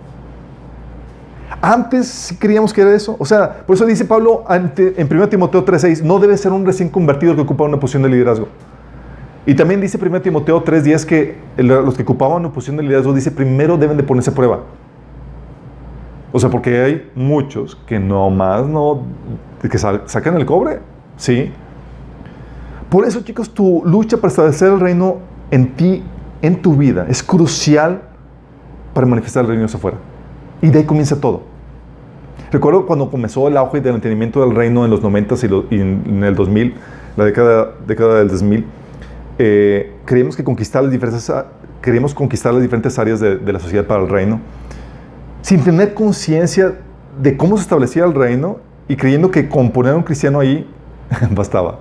Antes sí creíamos que era eso. O sea, por eso dice Pablo en 1 Timoteo 3:6, no debe ser un recién convertido el que ocupa una posición de liderazgo. Y también dice 1 Timoteo 3:10 que los que ocupaban una posición de liderazgo, dice, primero deben de ponerse a prueba. O sea, porque hay muchos que que sacan el cobre. Sí. Por eso, chicos, tu lucha para establecer el reino en ti, en tu vida, es crucial para manifestar el reino hacia afuera. Y de ahí comienza todo. Recuerdo cuando comenzó el auge del entendimiento del reino en los 90s y en el 2000, la década del 2000, queríamos conquistar las diferentes áreas de la sociedad para el reino, sin tener conciencia de cómo se establecía el reino y creyendo que con poner a un cristiano ahí bastaba.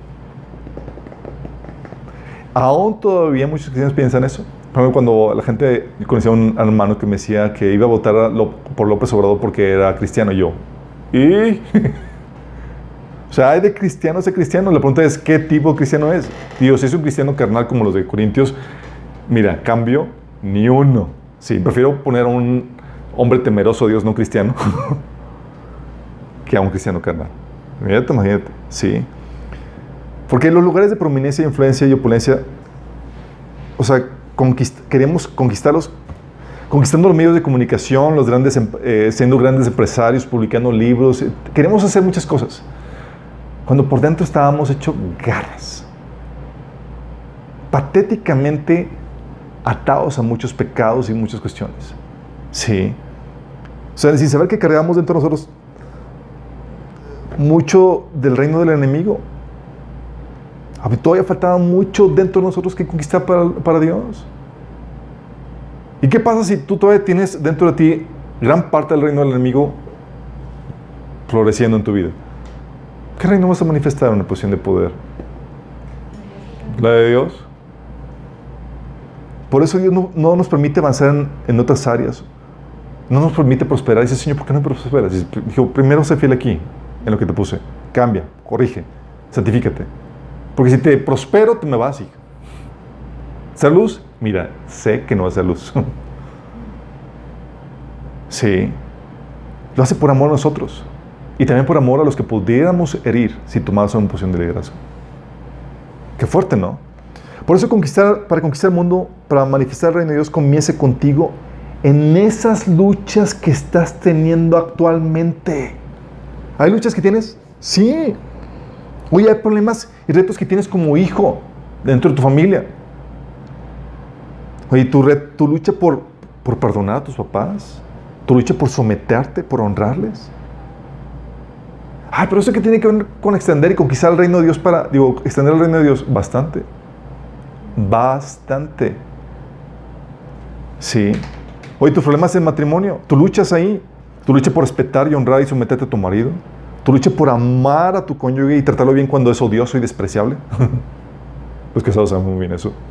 Aún todavía muchos cristianos piensan eso. Por ejemplo, cuando la gente, yo conocía a un hermano que me decía que iba a votar por López Obrador porque era cristiano, yo. O sea, hay de cristiano a cristiano. La pregunta es, ¿qué tipo de cristiano es? Digo, si es un cristiano carnal como los de Corintios, mira, cambio ni uno. Sí, prefiero poner a un hombre temeroso a Dios no cristiano que a un cristiano carnal. Imagínate, sí. Porque los lugares de prominencia, influencia y opulencia o sea, queremos conquistarlos, conquistando los medios de comunicación, los grandes, siendo grandes empresarios, publicando libros. Queremos hacer muchas cosas. Cuando por dentro estábamos hechos garras. Patéticamente atados a muchos pecados y muchas cuestiones. Sí. O sea, sin saber que cargamos dentro de nosotros mucho del reino del enemigo. Todavía faltaba mucho dentro de nosotros que conquistar para Dios. ¿Y qué pasa si tú todavía tienes dentro de ti gran parte del reino del enemigo floreciendo en tu vida? ¿Qué reino vas a manifestar en una posición de poder? ¿La de Dios? Por eso Dios no nos permite avanzar en otras áreas. No nos permite prosperar. Dice, Señor, ¿por qué no prosperas? Dijo, primero sé fiel aquí, en lo que te puse. Cambia, corrige, santifícate. Porque si te prospero, te me vas, hija. ¿Ser luz? Mira, sé que no va a ser luz. Sí. Lo hace por amor a nosotros. Y también por amor a los que pudiéramos herir si tomamos una posición de liderazgo. Qué fuerte, ¿no? Por eso para conquistar el mundo, para manifestar el reino de Dios, comience contigo en esas luchas que estás teniendo actualmente. ¿Hay luchas que tienes? Sí. Oye, hay problemas y retos que tienes como hijo dentro de tu familia. Oye, tu lucha por perdonar a tus papás, tu lucha por someterte, por honrarles. Ay, pero eso que tiene que ver con extender y conquistar el reino de Dios extender el reino de Dios, bastante. Bastante. Sí. Oye, tus problemas en matrimonio, tu lucha es ahí. Tu lucha por respetar y honrar y someterte a tu marido. Tu lucha por amar a tu cónyuge y tratarlo bien cuando es odioso y despreciable. Los casados saben muy bien eso.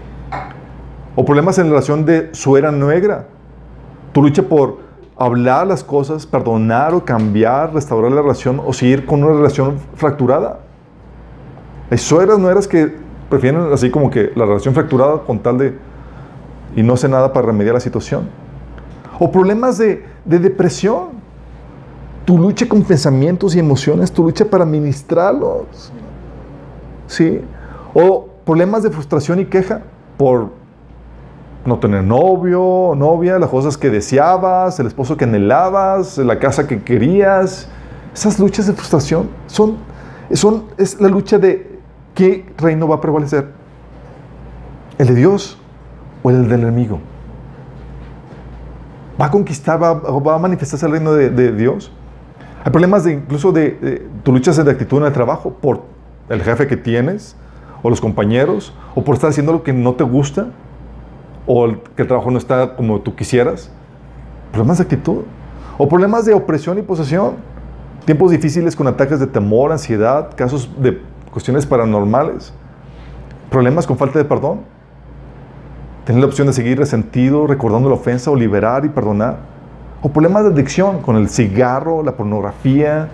O problemas en la relación de suegra-nuegra. Tu lucha por hablar las cosas, perdonar o cambiar, restaurar la relación o seguir con una relación fracturada. Hay suegras, nueras que prefieren así como que la relación fracturada con tal de... y no hace nada para remediar la situación. O problemas de depresión. Tu lucha con pensamientos y emociones, tu lucha para administrarlos. ¿Sí? O problemas de frustración y queja por no tener novio, novia, las cosas que deseabas, el esposo que anhelabas, la casa que querías. Esas luchas de frustración es la lucha de qué reino va a prevalecer. ¿El de Dios o el del enemigo? ¿Va a conquistar, va a manifestarse el reino de Dios? Hay problemas incluso de tu lucha de actitud en el trabajo por el jefe que tienes, o los compañeros, o por estar haciendo lo que no te gusta, o que el trabajo no está como tú quisieras. Problemas de actitud. O problemas de opresión y posesión. Tiempos difíciles con ataques de temor, ansiedad, casos de cuestiones paranormales. Problemas con falta de perdón. Tener la opción de seguir resentido, recordando la ofensa, o liberar y perdonar. O problemas de adicción con el cigarro, la pornografía,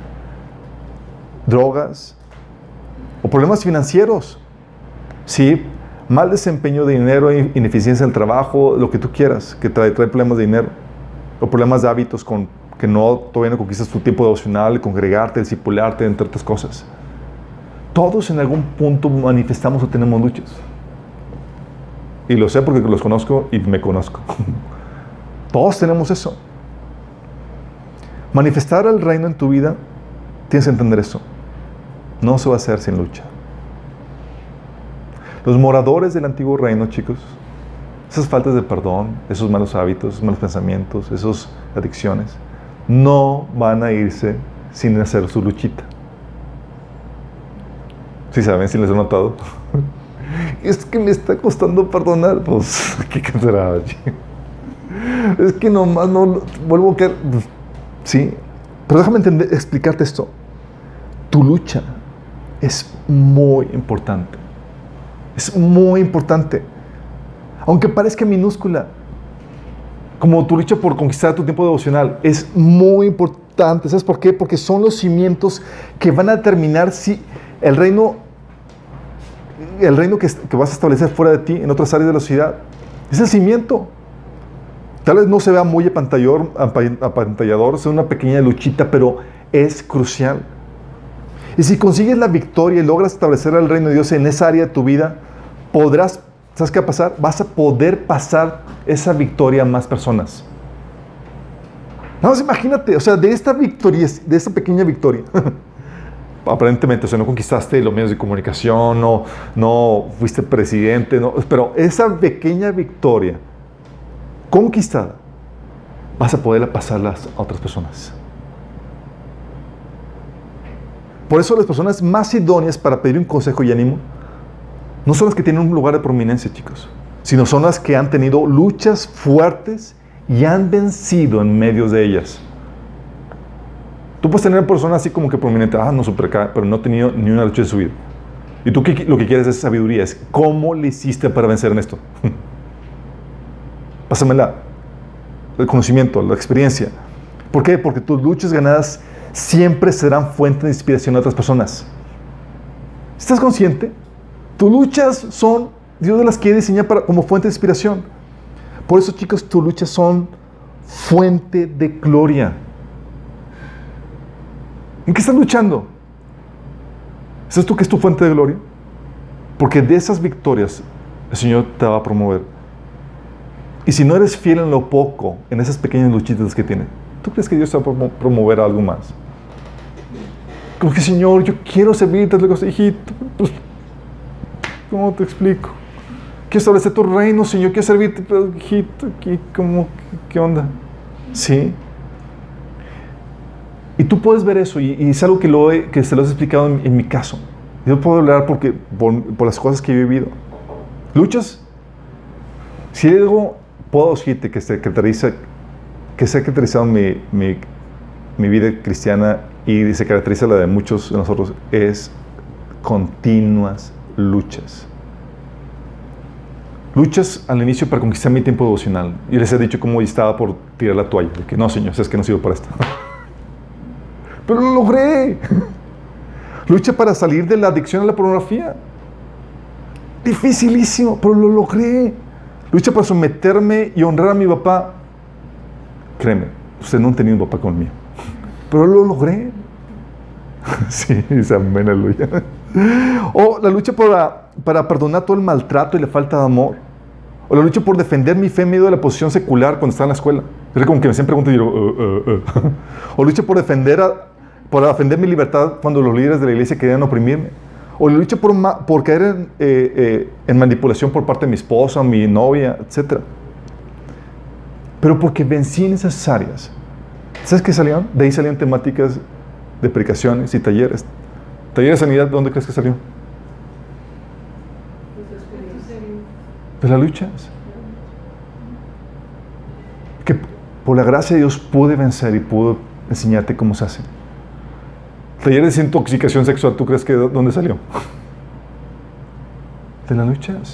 drogas. O problemas financieros. Sí, mal desempeño de dinero, ineficiencia del trabajo, lo que tú quieras, que trae problemas de dinero. O problemas de hábitos que todavía no conquistas tu tiempo devocional, congregarte, discipularte, entre otras cosas. Todos en algún punto manifestamos o tenemos luchas. Y lo sé porque los conozco y me conozco. Todos tenemos eso. Manifestar el reino en tu vida, tienes que entender eso. No se va a hacer sin lucha. Los moradores del antiguo reino, chicos, esas faltas de perdón, esos malos hábitos, esos malos pensamientos, esas adicciones, no van a irse sin hacer su luchita. ¿Sí saben? ¿Sí les he notado? Es que me está costando perdonar. Pues, ¿qué será? Es que nomás no vuelvo a quedar... Sí, pero déjame explicarte esto. Tu lucha es muy importante. Es muy importante. Aunque parezca minúscula, como tu lucha por conquistar tu tiempo devocional, es muy importante. ¿Sabes por qué? Porque son los cimientos que van a determinar si el reino que vas a establecer fuera de ti, en otras áreas de la ciudad, es el cimiento. Tal vez no se vea muy apantallador, es una pequeña luchita, pero es crucial. Y si consigues la victoria y logras establecer el reino de Dios en esa área de tu vida, podrás ¿sabes qué va a pasar? Vas a poder pasar esa victoria a más personas. Nada más imagínate, o sea, de esta victoria, de esta pequeña victoria, aparentemente, o sea, no conquistaste los medios de comunicación, no fuiste presidente, no, pero esa pequeña victoria conquistada, vas a poderla pasarlas a otras personas. Por eso las personas más idóneas para pedir un consejo y ánimo no son las que tienen un lugar de prominencia, chicos, sino son las que han tenido luchas fuertes y han vencido en medio de ellas. Tú puedes tener personas así como que prominente, no super acá, pero no ha tenido ni una lucha en su vida. Y tú lo que quieres es sabiduría, es cómo le hiciste para vencer en esto. Pásamela, el conocimiento, la experiencia. ¿Por qué? Porque tus luchas ganadas siempre serán fuente de inspiración a otras personas. ¿Estás consciente? Tus luchas son, Dios las quiere diseñar como fuente de inspiración. Por eso, chicos, tus luchas son fuente de gloria. ¿En qué estás luchando? ¿Sabes tú qué es tu fuente de gloria? Porque de esas victorias el Señor te va a promover. Y si no eres fiel en lo poco, en esas pequeñas luchitas que tienes, ¿tú crees que Dios te va a promover a algo más? Como que, Señor, yo quiero servirte, hijito, pues, ¿cómo te explico? Quiero establecer tu reino, Señor, quiero servirte, pero, hijito, ¿qué onda? ¿Sí? Y tú puedes ver eso, y es algo que se lo he explicado en mi caso. Yo puedo hablar por las cosas que he vivido. Luchas, si hay algo, puedo decirte que se ha caracterizado mi vida cristiana y se caracteriza la de muchos de nosotros, es continuas luchas. Luchas al inicio para conquistar mi tiempo devocional. Y les he dicho cómo estaba por tirar la toalla, de que no, Señor, es que no sirvo para esto. Pero lo logré. Lucha para salir de la adicción a la pornografía. Dificilísimo, pero lo logré. Lucha para someterme y honrar a mi papá. Créeme, ustedes no han tenido un papá como el mío. Pero lo logré. Sí, amén, aleluya. O la lucha para perdonar todo el maltrato y la falta de amor. O la lucha por defender mi fe en medio de la posición secular cuando estaba en la escuela. Es como que me siempre pregunto y digo, O lucha por defender mi libertad cuando los líderes de la iglesia querían oprimirme. O la lucha por caer en manipulación por parte de mi esposa, mi novia, etc. Pero porque vencí en esas áreas. ¿Sabes qué salieron? De ahí salieron temáticas de predicaciones y talleres. Taller de sanidad, ¿de dónde crees que salió? De las luchas. Que por la gracia de Dios pude vencer y pude enseñarte cómo se hace. Taller de desintoxicación sexual, ¿tú crees que de dónde salió? De las luchas.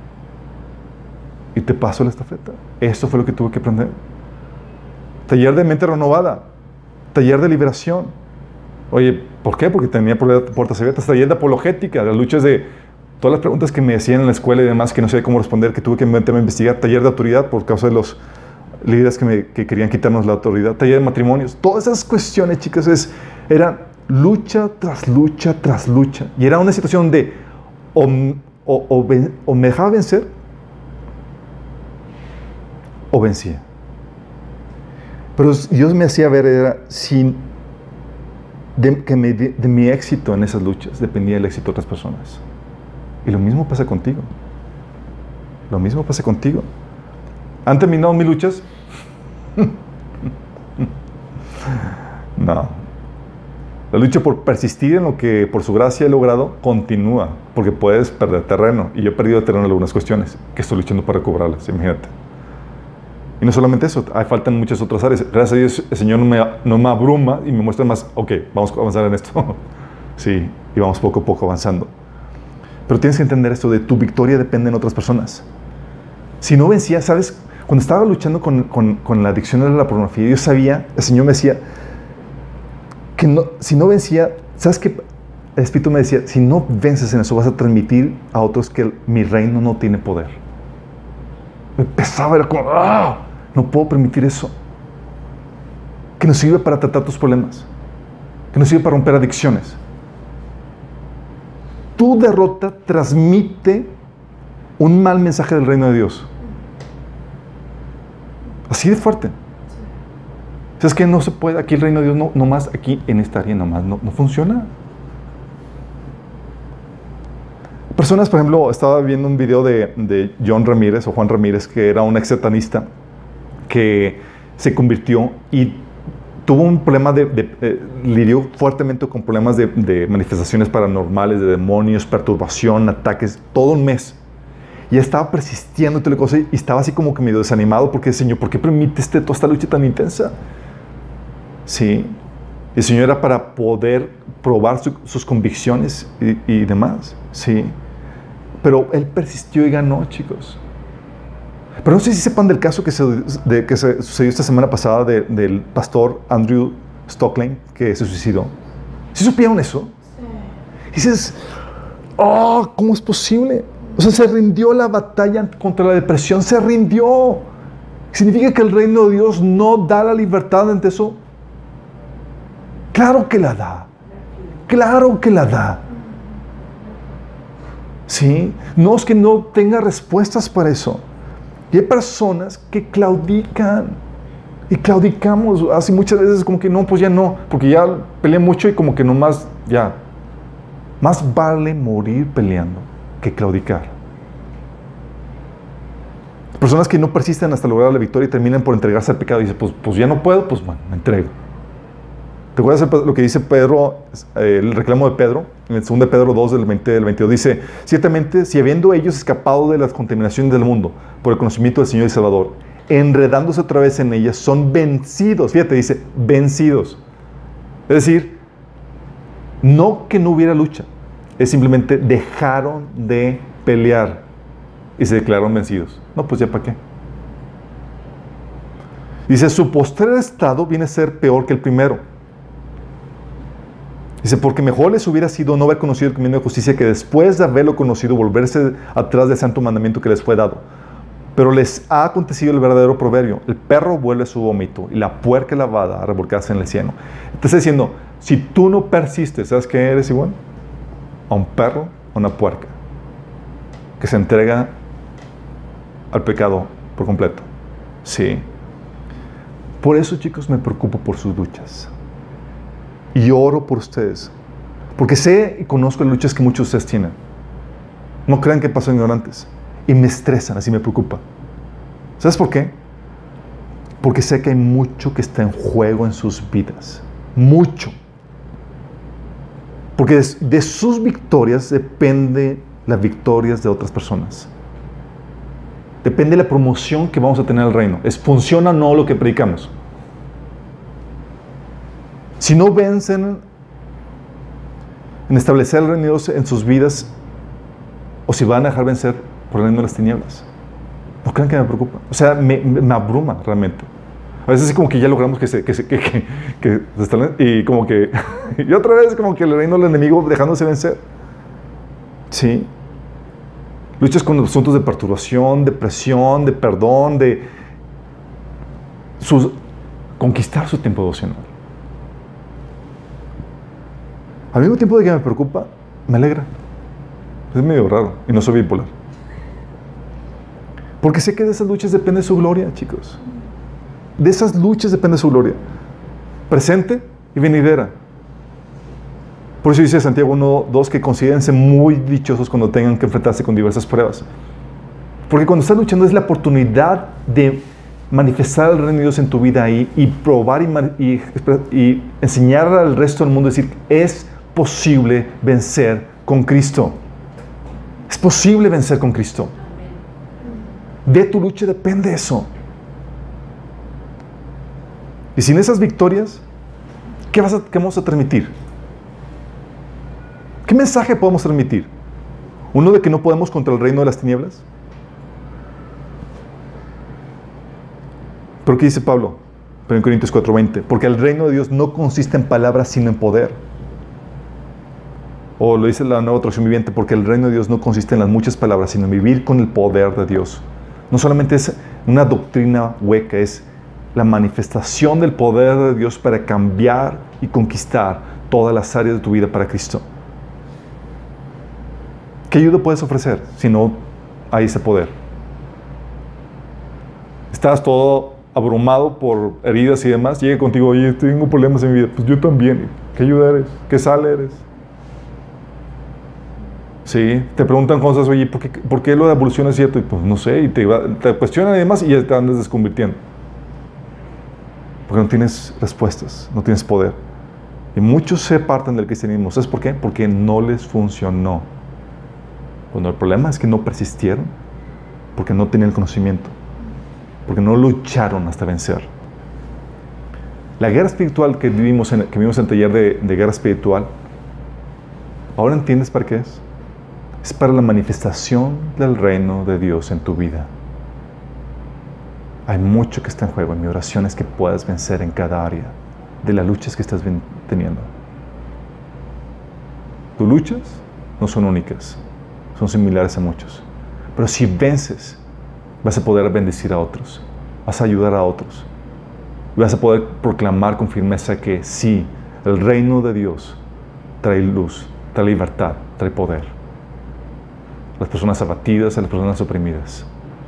Y te paso la estafeta. Esto fue lo que tuve que aprender. Taller de mente renovada. Taller de liberación. Oye, ¿por qué? Porque tenía puertas abiertas. Taller de apologética, las luchas de todas las preguntas que me hacían en la escuela y demás que no sabía cómo responder, que tuve que meterme a investigar. Taller de autoridad por causa de los líderes que querían quitarnos la autoridad. Taller de matrimonios. Todas esas cuestiones, chicas, eran lucha tras lucha tras lucha. Y era una situación de o me dejaba vencer o vencía. Pero Dios me hacía ver de mi éxito en esas luchas dependía el éxito de otras personas. Y lo mismo pasa contigo. Lo mismo pasa contigo. ¿Han terminado mis luchas? No. La lucha por persistir en lo que por su gracia he logrado continúa, porque puedes perder terreno. Y yo he perdido terreno en algunas cuestiones que estoy luchando para recobrarlas, imagínate. Y no solamente eso, hay falta en muchas otras áreas. Gracias a Dios, el Señor no me abruma y me muestra más, ok, vamos a avanzar en esto. Sí, y vamos poco a poco avanzando. Pero tienes que entender esto, de tu victoria depende en otras personas. Si no vencía, ¿sabes? Cuando estaba luchando con la adicción a la pornografía, yo sabía, el Señor me decía, que si no vencía, ¿sabes qué? El Espíritu me decía, si no vences en eso, vas a transmitir a otros que mi reino no tiene poder. Me pesaba, era como, no puedo permitir eso. Que nos sirve para tratar tus problemas. Que nos sirve para romper adicciones. Tu derrota transmite un mal mensaje del reino de Dios. Así de fuerte. O sea, es que no se puede, aquí el reino de Dios no más, aquí en esta área nomás no funciona. Personas, por ejemplo, estaba viendo un video de John Ramírez o Juan Ramírez, que era un ex satanista que se convirtió y tuvo un problema lidió fuertemente con problemas de manifestaciones paranormales, de demonios, perturbación, ataques, todo un mes. Y estaba persistiendo y toda la cosa, y estaba así como que medio desanimado porque, Señor, ¿por qué permites toda esta lucha tan intensa? Sí. El Señor era para poder probar sus convicciones y demás. Sí. Pero Él persistió y ganó, chicos. Pero no sé si sepan del caso que se sucedió esta semana pasada del pastor Andrew Stockland, que se suicidó. ¿Sí supieron eso? Sí. Y dices, oh, ¿cómo es posible? O sea, se rindió la batalla contra la depresión, se rindió. ¿Significa que el reino de Dios no da la libertad ante eso? Claro que la da. Claro que la da. ¿Sí? No es que no tenga respuestas para eso. Y hay personas que claudican. Y claudicamos. Así muchas veces como que no, pues ya no. Porque ya peleé mucho y como que nomás ya. Más vale morir peleando que claudicar. Personas que no persisten hasta lograr la victoria y terminan por entregarse al pecado y dicen, pues ya no puedo, pues bueno, me entrego. ¿Te acuerdas lo que dice Pedro, el reclamo de Pedro? En el 2 de Pedro 2, del 20 del 22, dice, ciertamente, si habiendo ellos escapado de las contaminaciones del mundo por el conocimiento del Señor y Salvador, enredándose otra vez en ellas, son vencidos. Fíjate, dice, vencidos. Es decir, no que no hubiera lucha, es simplemente dejaron de pelear y se declararon vencidos. No, pues ya para qué. Dice, su postrer estado viene a ser peor que el primero. Dice, porque mejor les hubiera sido no haber conocido el camino de justicia que después de haberlo conocido volverse atrás del santo mandamiento que les fue dado. Pero les ha acontecido el verdadero proverbio: el perro vuelve a su vómito y la puerca lavada a revolcarse en el cieno. Te está diciendo, si tú no persistes, ¿sabes qué eres igual? A un perro o una puerca que se entrega al pecado por completo. Sí. Por eso, chicos, me preocupo por sus luchas. Y oro por ustedes. Porque sé y conozco las luchas que muchos de ustedes tienen. No crean que pasan ignorantes. Y me estresan, así me preocupa. ¿Sabes por qué? Porque sé que hay mucho que está en juego en sus vidas. Mucho. Porque de sus victorias depende las victorias de otras personas. Depende de la promoción que vamos a tener al reino. ¿Funciona o no lo que predicamos? Si no vencen en establecer el reino de Dios en sus vidas, o si van a dejar vencer por el reino de las tinieblas, no crean que me preocupa. O sea, me abruma realmente. A veces es como que ya logramos y como que y otra vez como que el reino del enemigo dejándose vencer. Sí. Luchas con asuntos de perturbación, depresión, de perdón, conquistar su tiempo devocional. Al mismo tiempo de que me preocupa, me alegra. Es medio raro y no soy bipolar. Porque sé que de esas luchas depende su gloria, chicos. De esas luchas depende su gloria. Presente y venidera. Por eso dice Santiago 1:2 que considérense muy dichosos cuando tengan que enfrentarse con diversas pruebas. Porque cuando estás luchando es la oportunidad de manifestar el reino de Dios en tu vida ahí y probar y enseñar al resto del mundo, decir, es posible vencer con Cristo. Es posible vencer con Cristo. De tu lucha depende eso. Y sin esas victorias, ¿qué vamos a transmitir? ¿Qué mensaje podemos transmitir? ¿Uno de que no podemos contra el reino de las tinieblas? ¿Pero qué dice Pablo? Pero en Corintios 4:20, porque el reino de Dios no consiste en palabras sino en poder. O lo dice la Nueva Traducción Viviente, porque el reino de Dios no consiste en las muchas palabras sino en vivir con el poder de Dios. No solamente es una doctrina hueca, es la manifestación del poder de Dios para cambiar y conquistar todas las áreas de tu vida para Cristo. ¿Qué ayuda puedes ofrecer? Sino hay ese poder. Estás todo abrumado por heridas y demás, llega contigo, oye, tengo problemas en mi vida. Pues yo también. ¿Qué ayuda eres? ¿Qué sal eres? Sí, te preguntan cosas, oye, ¿por qué lo de evolución es cierto? Y pues no sé, y te cuestionan y demás y ya te andas desconvirtiendo. Porque no tienes respuestas, no tienes poder. Y muchos se apartan del cristianismo. ¿Sabes por qué? Porque no les funcionó. Bueno, el problema es que no persistieron, porque no tenían el conocimiento, porque no lucharon hasta vencer. La guerra espiritual que vimos en el taller de guerra espiritual, ¿ahora entiendes para qué es? Es para la manifestación del reino de Dios en tu vida. Hay mucho que está en juego. En mi oración es que puedas vencer en cada área de las luchas que estás teniendo. Tus luchas no son únicas, son similares a muchos. Pero si vences, vas a poder bendecir a otros, vas a ayudar a otros. Y vas a poder proclamar con firmeza que sí, el reino de Dios trae luz, trae libertad, trae poder. A las personas abatidas, a las personas oprimidas.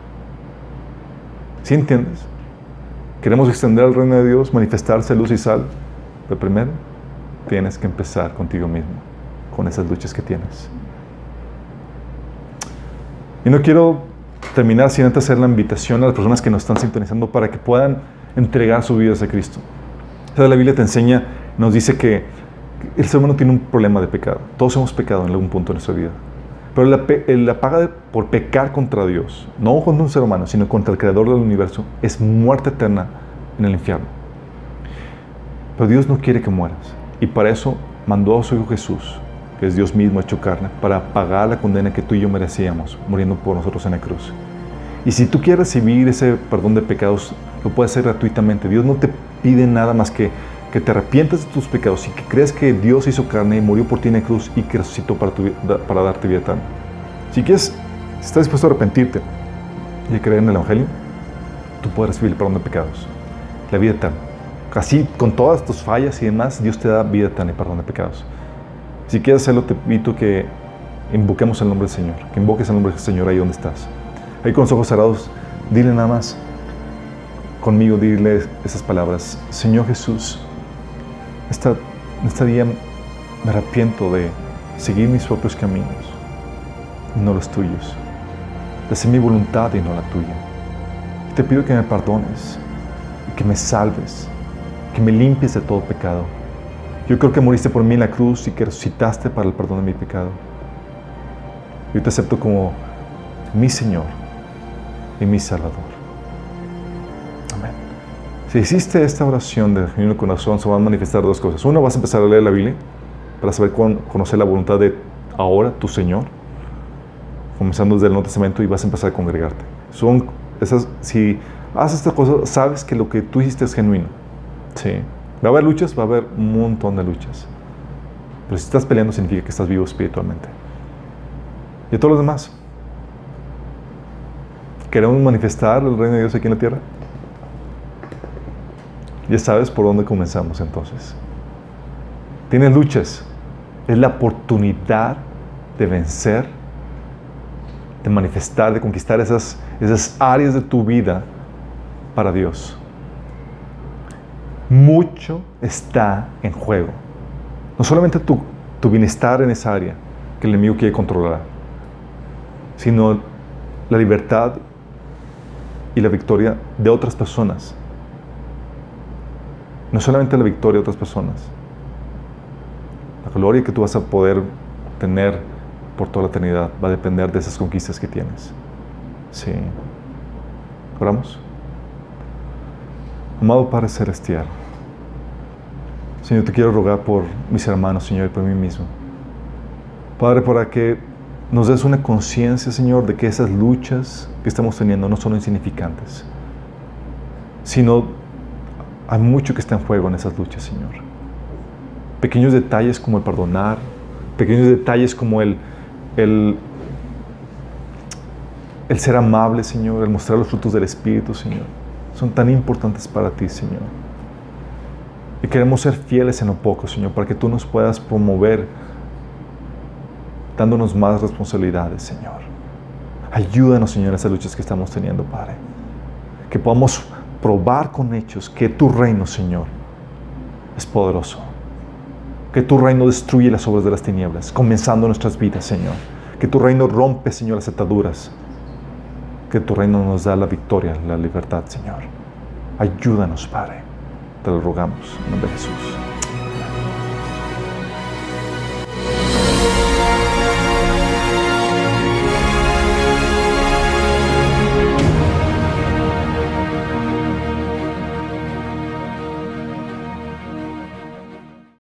¿Sí entiendes? Queremos extender el reino de Dios, manifestarse luz y sal. Pero primero, tienes que empezar contigo mismo, con esas luchas que tienes. Y no quiero terminar sin antes hacer la invitación a las personas que nos están sintonizando para que puedan entregar sus vidas a Cristo. O sea, la Biblia te enseña, nos dice que el ser humano tiene un problema de pecado. Todos hemos pecado en algún punto de nuestra vida. Pero la paga por pecar contra Dios, no contra un ser humano, sino contra el Creador del universo, es muerte eterna en el infierno. Pero Dios no quiere que mueras. Y para eso mandó a su Hijo Jesús, que es Dios mismo hecho carne, para pagar la condena que tú y yo merecíamos, muriendo por nosotros en la cruz. Y si tú quieres recibir ese perdón de pecados, lo puedes hacer gratuitamente. Dios no te pide nada más que te arrepientas de tus pecados y que creas que Dios hizo carne y murió por ti en la cruz y que resucitó para darte vida eterna. Si estás dispuesto a arrepentirte y a creer en el Evangelio, tú puedes recibir el perdón de pecados, la vida eterna. Así, con todas tus fallas y demás, Dios te da vida eterna y perdón de pecados. Si quieres hacerlo, te invito a que invoquemos el nombre del Señor, que invoques el nombre del Señor ahí donde estás. Ahí con los ojos cerrados, dile nada más conmigo, dile esas palabras. Señor Jesús, este día me arrepiento de seguir mis propios caminos y no los tuyos, de hacer mi voluntad y no la tuya. Y te pido que me perdones, que me salves, que me limpies de todo pecado. Yo creo que moriste por mí en la cruz y que resucitaste para el perdón de mi pecado. Yo te acepto como mi Señor y mi Salvador. Amén. Si hiciste esta oración de genuino corazón, se van a manifestar dos cosas. Uno, vas a empezar a leer la Biblia para saber conocer la voluntad de ahora, tu Señor, comenzando desde el Nuevo Testamento, y vas a empezar a congregarte. Si haces esta cosa, sabes que lo que tú hiciste es genuino. Sí. Va a haber luchas, va a haber un montón de luchas. Pero si estás peleando, significa que estás vivo espiritualmente. Y a todos los demás, ¿queremos manifestar el reino de Dios aquí en la tierra? Ya sabes por dónde comenzamos entonces. Tienes luchas. Es la oportunidad de vencer, de manifestar, de conquistar esas áreas de tu vida para Dios. Mucho está en juego. No solamente tu bienestar en esa área que el enemigo quiere controlar, sino la libertad y la victoria de otras personas. No solamente la victoria de otras personas, la gloria que tú vas a poder tener por toda la eternidad va a depender de esas conquistas que tienes. Sí. ¿Oramos? Amado Padre Celestial, Señor, te quiero rogar por mis hermanos, Señor, y por mí mismo. Padre, para que nos des una conciencia, Señor, de que esas luchas que estamos teniendo no son insignificantes, sino hay mucho que está en juego en esas luchas, Señor. Pequeños detalles como el perdonar, pequeños detalles como el ser amable, Señor, el mostrar los frutos del Espíritu, Señor, son tan importantes para ti, Señor. Y queremos ser fieles en lo poco, Señor, para que tú nos puedas promover dándonos más responsabilidades, Señor. Ayúdanos, Señor, en esas luchas que estamos teniendo, Padre. Que podamos probar con hechos que tu reino, Señor, es poderoso. Que tu reino destruye las obras de las tinieblas, comenzando nuestras vidas, Señor. Que tu reino rompe, Señor, las ataduras. Que tu reino nos da la victoria, la libertad, Señor. Ayúdanos, Padre. Te lo rogamos en nombre de Jesús.